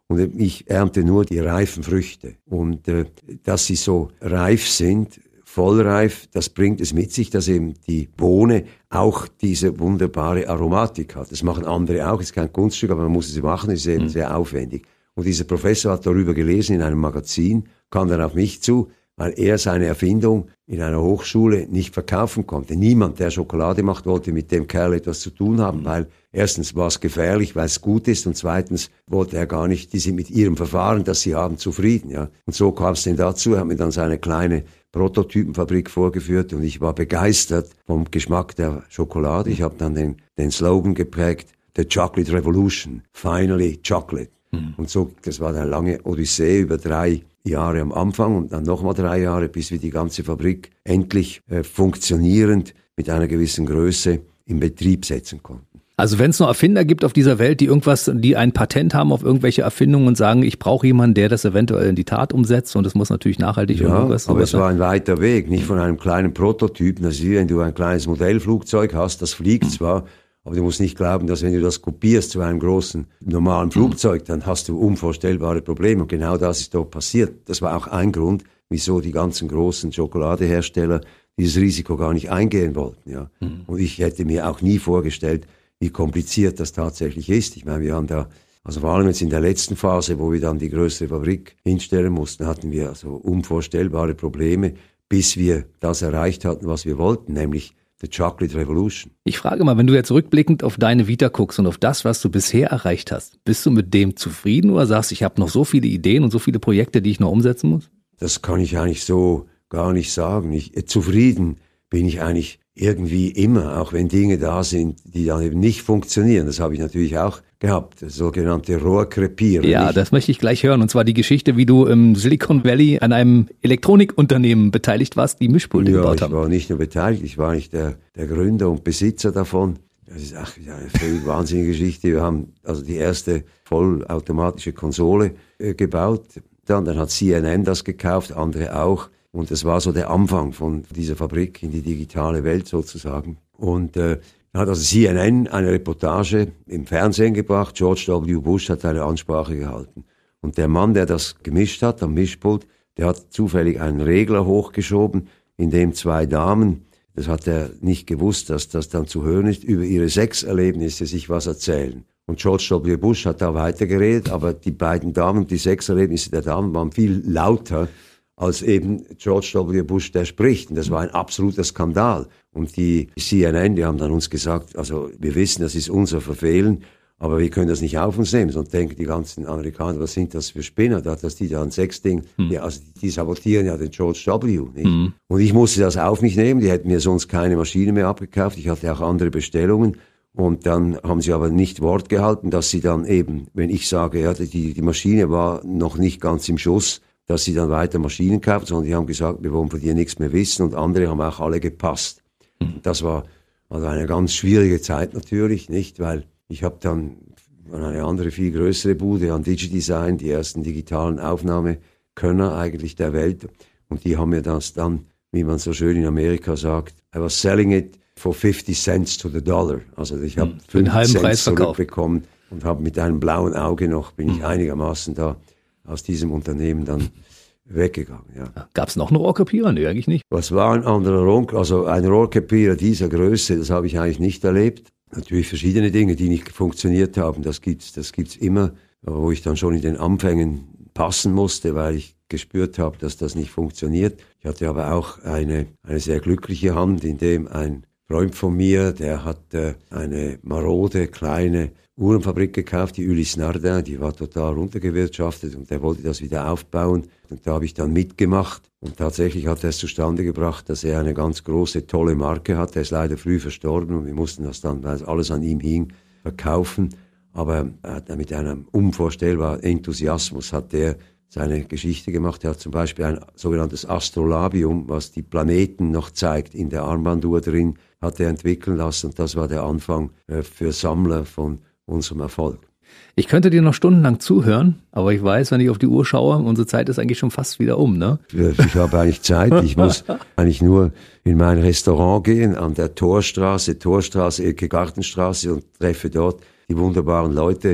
und ich ernte nur die reifen Früchte. Und dass sie so reif sind, vollreif, das bringt es mit sich, dass eben die Bohne auch diese wunderbare Aromatik hat. Das machen andere auch, ist kein Kunststück, aber man muss es machen, ist eben sehr aufwendig. Und dieser Professor hat darüber gelesen in einem Magazin, kam dann auf mich zu, weil er seine Erfindung in einer Hochschule nicht verkaufen konnte. Niemand, der Schokolade macht, wollte mit dem Kerl etwas zu tun haben, weil erstens war es gefährlich, weil es gut ist, und zweitens wollte er gar nicht, die sind mit ihrem Verfahren, das sie haben, zufrieden. Ja. Und so kam es denn dazu, er hat mir dann seine kleine Prototypenfabrik vorgeführt und ich war begeistert vom Geschmack der Schokolade. Ich habe dann den Slogan geprägt, The Chocolate Revolution, Finally Chocolate. Und so, das war eine lange Odyssee über 3 Jahre am Anfang und dann nochmal 3 Jahre, bis wir die ganze Fabrik endlich funktionierend mit einer gewissen Größe in Betrieb setzen konnten. Also wenn es noch Erfinder gibt auf dieser Welt, die ein Patent haben auf irgendwelche Erfindungen und sagen, ich brauche jemanden, der das eventuell in die Tat umsetzt, und es muss natürlich nachhaltig ja, irgendwas. Aber es war ein weiter Weg, nicht von einem kleinen Prototypen. Das ist wie wenn du ein kleines Modellflugzeug hast, das fliegt zwar, aber du musst nicht glauben, dass wenn du das kopierst zu einem großen, normalen Flugzeug, dann hast du unvorstellbare Probleme. Und genau das ist dort passiert. Das war auch ein Grund, wieso die ganzen großen Schokoladehersteller dieses Risiko gar nicht eingehen wollten. Ja. Und ich hätte mir auch nie vorgestellt, wie kompliziert das tatsächlich ist. Ich meine, wir haben da, also vor allem jetzt in der letzten Phase, wo wir dann die größere Fabrik hinstellen mussten, hatten wir also unvorstellbare Probleme, bis wir das erreicht hatten, was wir wollten, nämlich The Chocolate Revolution. Ich frage mal, wenn du jetzt rückblickend auf deine Vita guckst und auf das, was du bisher erreicht hast, bist du mit dem zufrieden oder sagst, ich habe noch so viele Ideen und so viele Projekte, die ich noch umsetzen muss? Das kann ich eigentlich so gar nicht sagen. Zufrieden bin ich eigentlich irgendwie immer, auch wenn Dinge da sind, die dann eben nicht funktionieren. Das habe ich natürlich auch gehabt, das sogenannte Rohrkrepierer. Ja, das möchte ich gleich hören. Und zwar die Geschichte, wie du im Silicon Valley an einem Elektronikunternehmen beteiligt warst, die Mischpulte gebaut haben. Ja, ich war nicht nur beteiligt, ich war nicht der Gründer und Besitzer davon. Das ist eine völlig wahnsinnige Geschichte. Wir haben also die erste vollautomatische Konsole gebaut. Dann hat CNN das gekauft, andere auch. Und das war so der Anfang von dieser Fabrik in die digitale Welt sozusagen. Und hat also CNN eine Reportage im Fernsehen gebracht. George W. Bush hat eine Ansprache gehalten. Und der Mann, der das gemischt hat am Mischpult, der hat zufällig einen Regler hochgeschoben, in dem 2 Damen, das hat er nicht gewusst, dass das dann zu hören ist, über ihre Sexerlebnisse sich was erzählen. Und George W. Bush hat da weitergeredet, aber die beiden Damen, die Sexerlebnisse der Damen waren viel lauter als eben George W. Bush, der spricht. Und das war ein absoluter Skandal. Und die CNN, die haben dann uns gesagt, also wir wissen, das ist unser Verfehlen, aber wir können das nicht auf uns nehmen. Und denken die ganzen Amerikaner, was sind das für Spinner, dass die da ein Sexding, ja, also die sabotieren ja den George W. nicht. Und ich musste das auf mich nehmen, die hätten mir sonst keine Maschine mehr abgekauft, ich hatte auch andere Bestellungen. Und dann haben sie aber nicht Wort gehalten, dass sie dann eben, wenn ich sage, ja, die Maschine war noch nicht ganz im Schuss, dass sie dann weiter Maschinen kaufen, sondern die haben gesagt, wir wollen von dir nichts mehr wissen, und andere haben auch alle gepasst. Und das war also eine ganz schwierige Zeit natürlich, nicht, weil ich habe dann an eine andere, viel größere Bude, an DigiDesign, die ersten digitalen Aufnahmekönner eigentlich der Welt, und die haben mir das dann, wie man so schön in Amerika sagt, I was selling it for 50 cents to the dollar. Also ich habe 50 Cent zurückbekommen und habe mit einem blauen Auge noch, bin ich einigermaßen da aus diesem Unternehmen dann weggegangen. Ja. Gab es noch einen Rohrkrepierer? Nee, eigentlich nicht. Was war ein anderer Rohr? Also ein Rohrkrepierer dieser Größe, das habe ich eigentlich nicht erlebt. Natürlich verschiedene Dinge, die nicht funktioniert haben, das gibt's immer, wo ich dann schon in den Anfängen passen musste, weil ich gespürt habe, dass das nicht funktioniert. Ich hatte aber auch eine sehr glückliche Hand, in dem ein Freund von mir, der hat eine marode kleine Uhrenfabrik gekauft, die Ulysse Nardin, die war total runtergewirtschaftet, und der wollte das wieder aufbauen, und da habe ich dann mitgemacht, und tatsächlich hat er es zustande gebracht, dass er eine ganz große, tolle Marke hat. Er ist leider früh verstorben und wir mussten das dann, weil alles an ihm hing, verkaufen, aber er hat mit einem unvorstellbaren Enthusiasmus hat er seine Geschichte gemacht. Er hat zum Beispiel ein sogenanntes Astrolabium, was die Planeten noch zeigt, in der Armbanduhr drin, hat er entwickeln lassen, und das war der Anfang für Sammler von unserem Erfolg. Ich könnte dir noch stundenlang zuhören, aber ich weiß, wenn ich auf die Uhr schaue, unsere Zeit ist eigentlich schon fast wieder um, ne? Ich habe eigentlich Zeit. Ich muss eigentlich nur in mein Restaurant gehen, an der Torstraße, Ecke Gartenstraße, und treffe dort die wunderbaren Leute,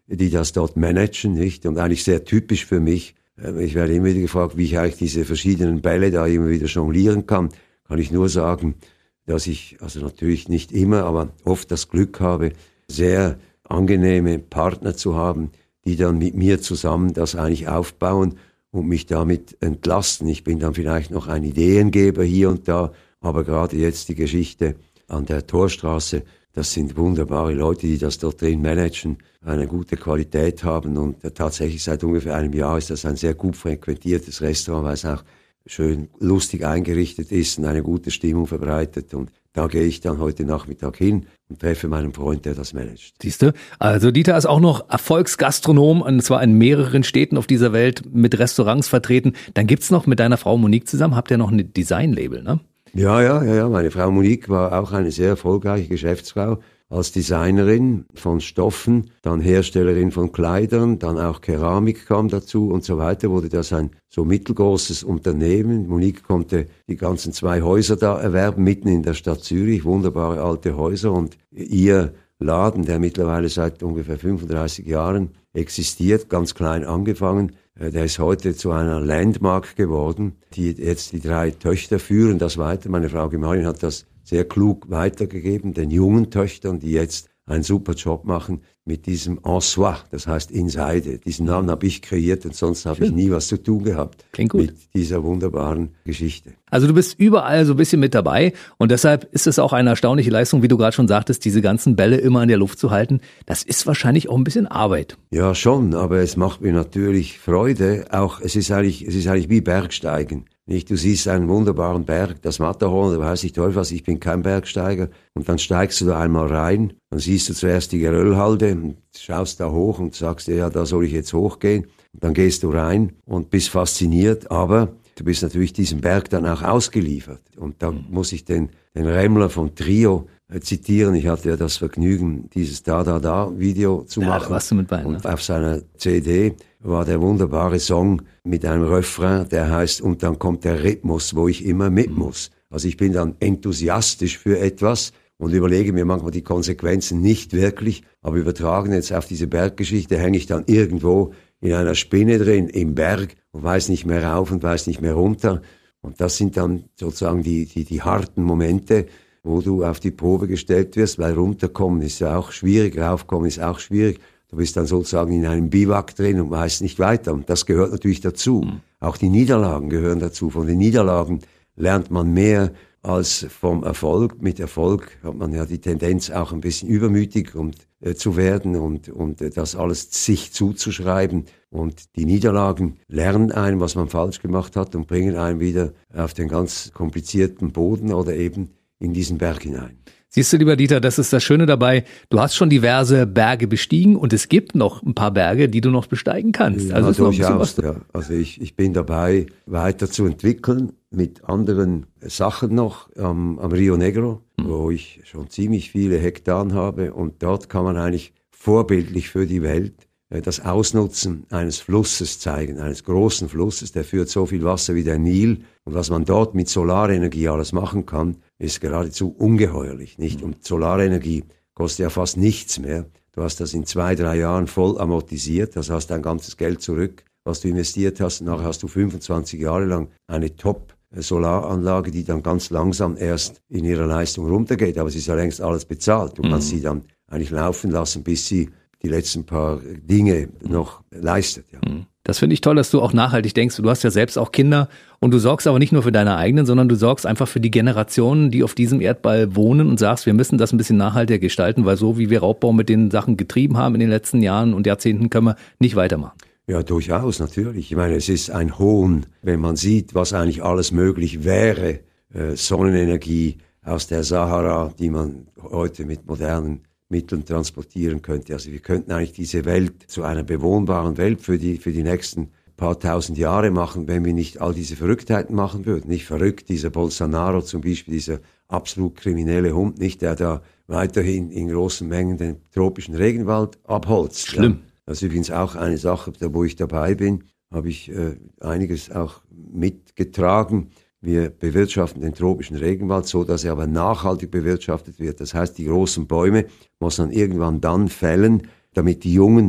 die das dort managen, nicht? Und eigentlich sehr typisch für mich. Ich werde immer wieder gefragt, wie ich eigentlich diese verschiedenen Bälle da immer wieder jonglieren kann. Kann ich nur sagen, dass ich, also natürlich nicht immer, aber oft das Glück habe, sehr angenehme Partner zu haben, die dann mit mir zusammen das eigentlich aufbauen und mich damit entlasten. Ich bin dann vielleicht noch ein Ideengeber hier und da, aber gerade jetzt die Geschichte an der Torstraße, das sind wunderbare Leute, die das dort drin managen, eine gute Qualität haben und tatsächlich seit ungefähr einem Jahr ist das ein sehr gut frequentiertes Restaurant, weil es auch schön lustig eingerichtet ist und eine gute Stimmung verbreitet. Und da gehe ich dann heute Nachmittag hin und treffe meinen Freund, der das managt. Siehst du? Also Dieter ist auch noch Erfolgsgastronom, und zwar in mehreren Städten auf dieser Welt mit Restaurants vertreten. Dann gibt's noch mit deiner Frau Monique zusammen, habt ihr noch ein Designlabel, ne? Ja. Meine Frau Monique war auch eine sehr erfolgreiche Geschäftsfrau als Designerin von Stoffen, dann Herstellerin von Kleidern, dann auch Keramik kam dazu und so weiter, wurde das ein so mittelgroßes Unternehmen. Monique konnte die ganzen 2 Häuser da erwerben, mitten in der Stadt Zürich, wunderbare alte Häuser, und ihr Laden, der mittlerweile seit ungefähr 35 Jahren existiert, ganz klein angefangen, der ist heute zu einer Landmark geworden, die jetzt die 3 Töchter führen das weiter. Meine Frau Gemahlin hat das sehr klug weitergegeben, den jungen Töchtern, die jetzt einen super Job machen mit diesem En Soi, das heißt in Seide. Diesen Namen habe ich kreiert und sonst habe ich nie was zu tun gehabt. Klingt gut. Mit dieser wunderbaren Geschichte. Also du bist überall so ein bisschen mit dabei, und deshalb ist es auch eine erstaunliche Leistung, wie du gerade schon sagtest, diese ganzen Bälle immer in der Luft zu halten. Das ist wahrscheinlich auch ein bisschen Arbeit. Ja, schon, aber es macht mir natürlich Freude. Auch es ist eigentlich wie Bergsteigen. Nicht, du siehst einen wunderbaren Berg, das Matterhorn, da weiß ich toll was, ich bin kein Bergsteiger. Und dann steigst du da einmal rein, dann siehst du zuerst die Geröllhalde und schaust da hoch und sagst dir, ja, da soll ich jetzt hochgehen. Und dann gehst du rein und bist fasziniert, aber du bist natürlich diesem Berg dann auch ausgeliefert. Und da muss ich den Remmler vom Trio zitieren. Ich hatte ja das Vergnügen, dieses Da-Da-Da-Video zu machen. Da warst du mit bei, ne? Und auf seiner CD war der wunderbare Song mit einem Refrain, der heißt, und dann kommt der Rhythmus, wo ich immer mit muss. Also ich bin dann enthusiastisch für etwas und überlege mir manchmal die Konsequenzen nicht wirklich, aber übertragen jetzt auf diese Berggeschichte hänge ich dann irgendwo in einer Spinne drin, im Berg, und weiß nicht mehr rauf und weiß nicht mehr runter. Und das sind dann sozusagen die harten Momente, wo du auf die Probe gestellt wirst, weil runterkommen ist ja auch schwierig, raufkommen ist auch schwierig. Du bist dann sozusagen in einem Biwak drin und weißt nicht weiter. Und das gehört natürlich dazu. Auch die Niederlagen gehören dazu. Von den Niederlagen lernt man mehr als vom Erfolg. Mit Erfolg hat man ja die Tendenz, auch ein bisschen übermütig zu werden und das alles sich zuzuschreiben. Und die Niederlagen lernen einen, was man falsch gemacht hat, und bringen einen wieder auf den ganz komplizierten Boden oder eben in diesen Berg hinein. Siehst du, lieber Dieter, das ist das Schöne dabei. Du hast schon diverse Berge bestiegen, und es gibt noch ein paar Berge, die du noch besteigen kannst. Ja, also ist noch ein bisschen was. Ja. Also ich bin dabei, weiterzuentwickeln mit anderen Sachen noch am Rio Negro, wo ich schon ziemlich viele Hektaren habe, und dort kann man eigentlich vorbildlich für die Welt das Ausnutzen eines Flusses zeigen, eines großen Flusses, der führt so viel Wasser wie der Nil, und was man dort mit Solarenergie alles machen kann, ist geradezu ungeheuerlich, nicht? Und Solarenergie kostet ja fast nichts mehr. Du hast das in 2-3 Jahren voll amortisiert, das heißt dein ganzes Geld zurück, was du investiert hast. Nachher hast du 25 Jahre lang eine Top-Solaranlage, die dann ganz langsam erst in ihrer Leistung runtergeht, aber sie ist ja längst alles bezahlt. Du kannst sie dann eigentlich laufen lassen, bis sie die letzten paar Dinge noch leistet. Ja. Das finde ich toll, dass du auch nachhaltig denkst. Du hast ja selbst auch Kinder, und du sorgst aber nicht nur für deine eigenen, sondern du sorgst einfach für die Generationen, die auf diesem Erdball wohnen, und sagst, wir müssen das ein bisschen nachhaltiger gestalten, weil so wie wir Raubbau mit den Sachen getrieben haben in den letzten Jahren und Jahrzehnten, können wir nicht weitermachen. Ja, durchaus, natürlich. Ich meine, es ist ein Hohn, wenn man sieht, was eigentlich alles möglich wäre. Sonnenenergie aus der Sahara, die man heute mit modernen Mitteln transportieren könnte. Also wir könnten eigentlich diese Welt zu einer bewohnbaren Welt für die nächsten paar tausend Jahre machen, wenn wir nicht all diese Verrücktheiten machen würden. Nicht verrückt, dieser Bolsonaro zum Beispiel, dieser absolut kriminelle Hund, nicht, der da weiterhin in großen Mengen den tropischen Regenwald abholzt. Schlimm. Ja. Das ist übrigens auch eine Sache, wo ich dabei bin, habe ich einiges auch mitgetragen. Wir bewirtschaften den tropischen Regenwald so, dass er aber nachhaltig bewirtschaftet wird. Das heißt, die großen Bäume muss man irgendwann dann fällen, damit die jungen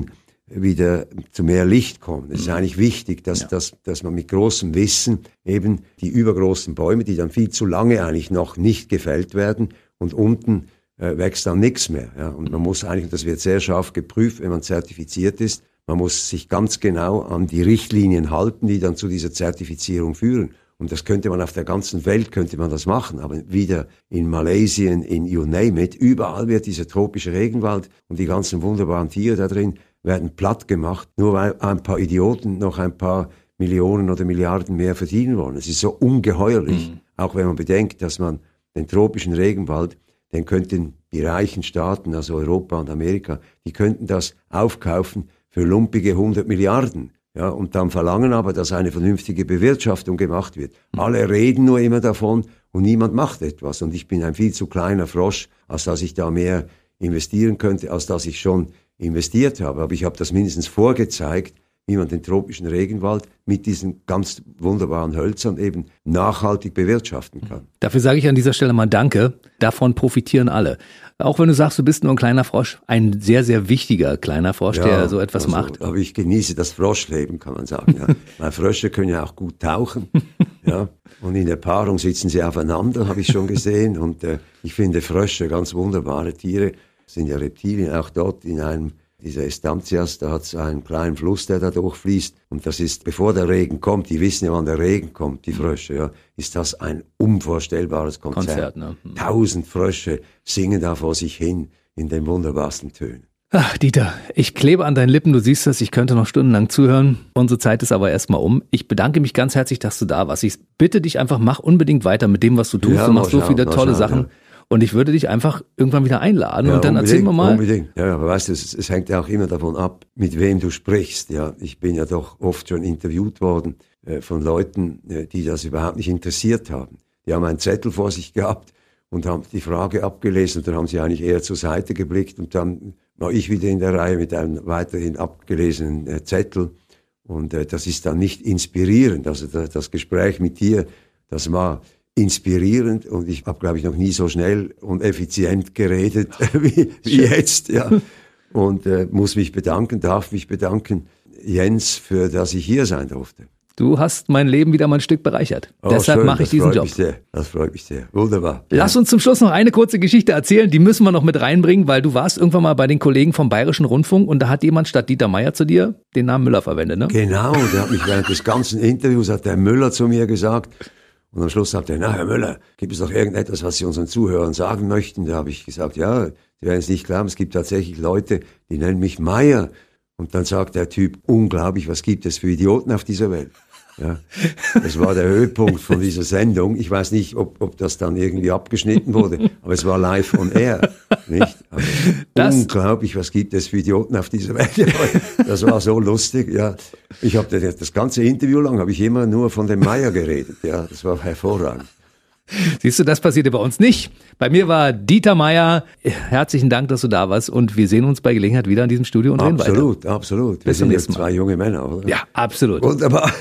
wieder zu mehr Licht kommen. Es ist eigentlich wichtig, dass man mit großem Wissen eben die übergroßen Bäume, die dann viel zu lange eigentlich noch nicht gefällt werden und unten wächst dann nichts mehr. Ja. Und man muss eigentlich, und das wird sehr scharf geprüft, wenn man zertifiziert ist, man muss sich ganz genau an die Richtlinien halten, die dann zu dieser Zertifizierung führen. Und das könnte man auf der ganzen Welt, könnte man das machen. Aber wieder in Malaysia, in you name it, überall wird dieser tropische Regenwald und die ganzen wunderbaren Tiere da drin werden platt gemacht, nur weil ein paar Idioten noch ein paar Millionen oder Milliarden mehr verdienen wollen. Es ist so ungeheuerlich, auch wenn man bedenkt, dass man den tropischen Regenwald, den könnten die reichen Staaten, also Europa und Amerika, die könnten das aufkaufen für lumpige 100 Milliarden. Ja, und dann verlangen aber, dass eine vernünftige Bewirtschaftung gemacht wird. Alle reden nur immer davon und niemand macht etwas. Und ich bin ein viel zu kleiner Frosch, als dass ich da mehr investieren könnte, als dass ich schon investiert habe. Aber ich habe das mindestens vorgezeigt, wie man den tropischen Regenwald mit diesen ganz wunderbaren Hölzern eben nachhaltig bewirtschaften kann. Dafür sage ich an dieser Stelle mal Danke. Davon profitieren alle. Auch wenn du sagst, du bist nur ein kleiner Frosch, ein sehr, sehr wichtiger kleiner Frosch, der so etwas macht. Aber ich genieße das Froschleben, kann man sagen. Ja. Weil Frösche können ja auch gut tauchen. Ja. Und in der Paarung sitzen sie aufeinander, habe ich schon gesehen. Und ich finde Frösche ganz wunderbare Tiere. Das sind ja Reptilien, auch dort in einem dieser Estancias, da hat es einen kleinen Fluss, der da durchfließt. Und das ist, bevor der Regen kommt, die wissen ja, wann der Regen kommt, die Frösche, ja, ist das ein unvorstellbares Konzert. Ne? 1000 Frösche singen da vor sich hin in den wunderbarsten Tönen. Ach, Dieter, ich klebe an deinen Lippen, du siehst das, ich könnte noch stundenlang zuhören. Unsere Zeit ist aber erstmal um. Ich bedanke mich ganz herzlich, dass du da warst. Ich bitte dich einfach, mach unbedingt weiter mit dem, was du tust. Du machst so viele tolle Sachen. Ja. Und ich würde dich einfach irgendwann wieder einladen und dann erzählen wir mal. Unbedingt. Ja, aber weißt du, es hängt ja auch immer davon ab, mit wem du sprichst. Ja, ich bin ja doch oft schon interviewt worden von Leuten, die das überhaupt nicht interessiert haben. Die haben einen Zettel vor sich gehabt und haben die Frage abgelesen und dann haben sie eigentlich eher zur Seite geblickt und dann war ich wieder in der Reihe mit einem weiterhin abgelesenen Zettel und das ist dann nicht inspirierend. Also das Gespräch mit dir, das war inspirierend und ich habe, glaube ich, noch nie so schnell und effizient geredet wie jetzt. Ja. Und muss mich bedanken, darf mich bedanken, Jens, für dass ich hier sein durfte. Du hast mein Leben wieder mal ein Stück bereichert. Deshalb mache ich diesen Job. Das freut mich sehr. Wunderbar. Lass uns zum Schluss noch eine kurze Geschichte erzählen, die müssen wir noch mit reinbringen, weil du warst irgendwann mal bei den Kollegen vom Bayerischen Rundfunk und da hat jemand statt Dieter Meier zu dir den Namen Müller verwendet, ne? Genau, der hat mich während des ganzen Interviews, hat der Müller zu mir gesagt. Und am Schluss sagt er, na Herr Müller, gibt es noch irgendetwas, was Sie unseren Zuhörern sagen möchten? Da habe ich gesagt, ja, Sie werden es nicht glauben, es gibt tatsächlich Leute, die nennen mich Meier. Und dann sagt der Typ, unglaublich, was gibt es für Idioten auf dieser Welt? Ja, das war der Höhepunkt von dieser Sendung. Ich weiß nicht, ob das dann irgendwie abgeschnitten wurde, aber es war live on air, nicht? Also, unglaublich, was gibt es für Idioten auf dieser Welt? Das war so lustig, ja. Ich habe das ganze Interview lang habe ich immer nur von dem Meier geredet, ja. Das war hervorragend. Siehst du, das passierte bei uns nicht. Bei mir war Dieter Meier. Herzlichen Dank, dass du da warst und wir sehen uns bei Gelegenheit wieder in diesem Studio und reden weiter. Absolut. Wir sind jetzt 2 junge Männer, oder? Ja, absolut. Wunderbar.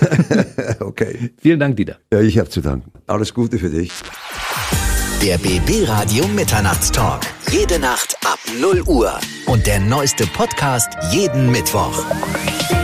Okay. Vielen Dank, Dieter. Ja, ich habe zu danken. Alles Gute für dich. Der BB Radio Mitternachtstalk. Jede Nacht ab 0 Uhr. Und der neueste Podcast jeden Mittwoch.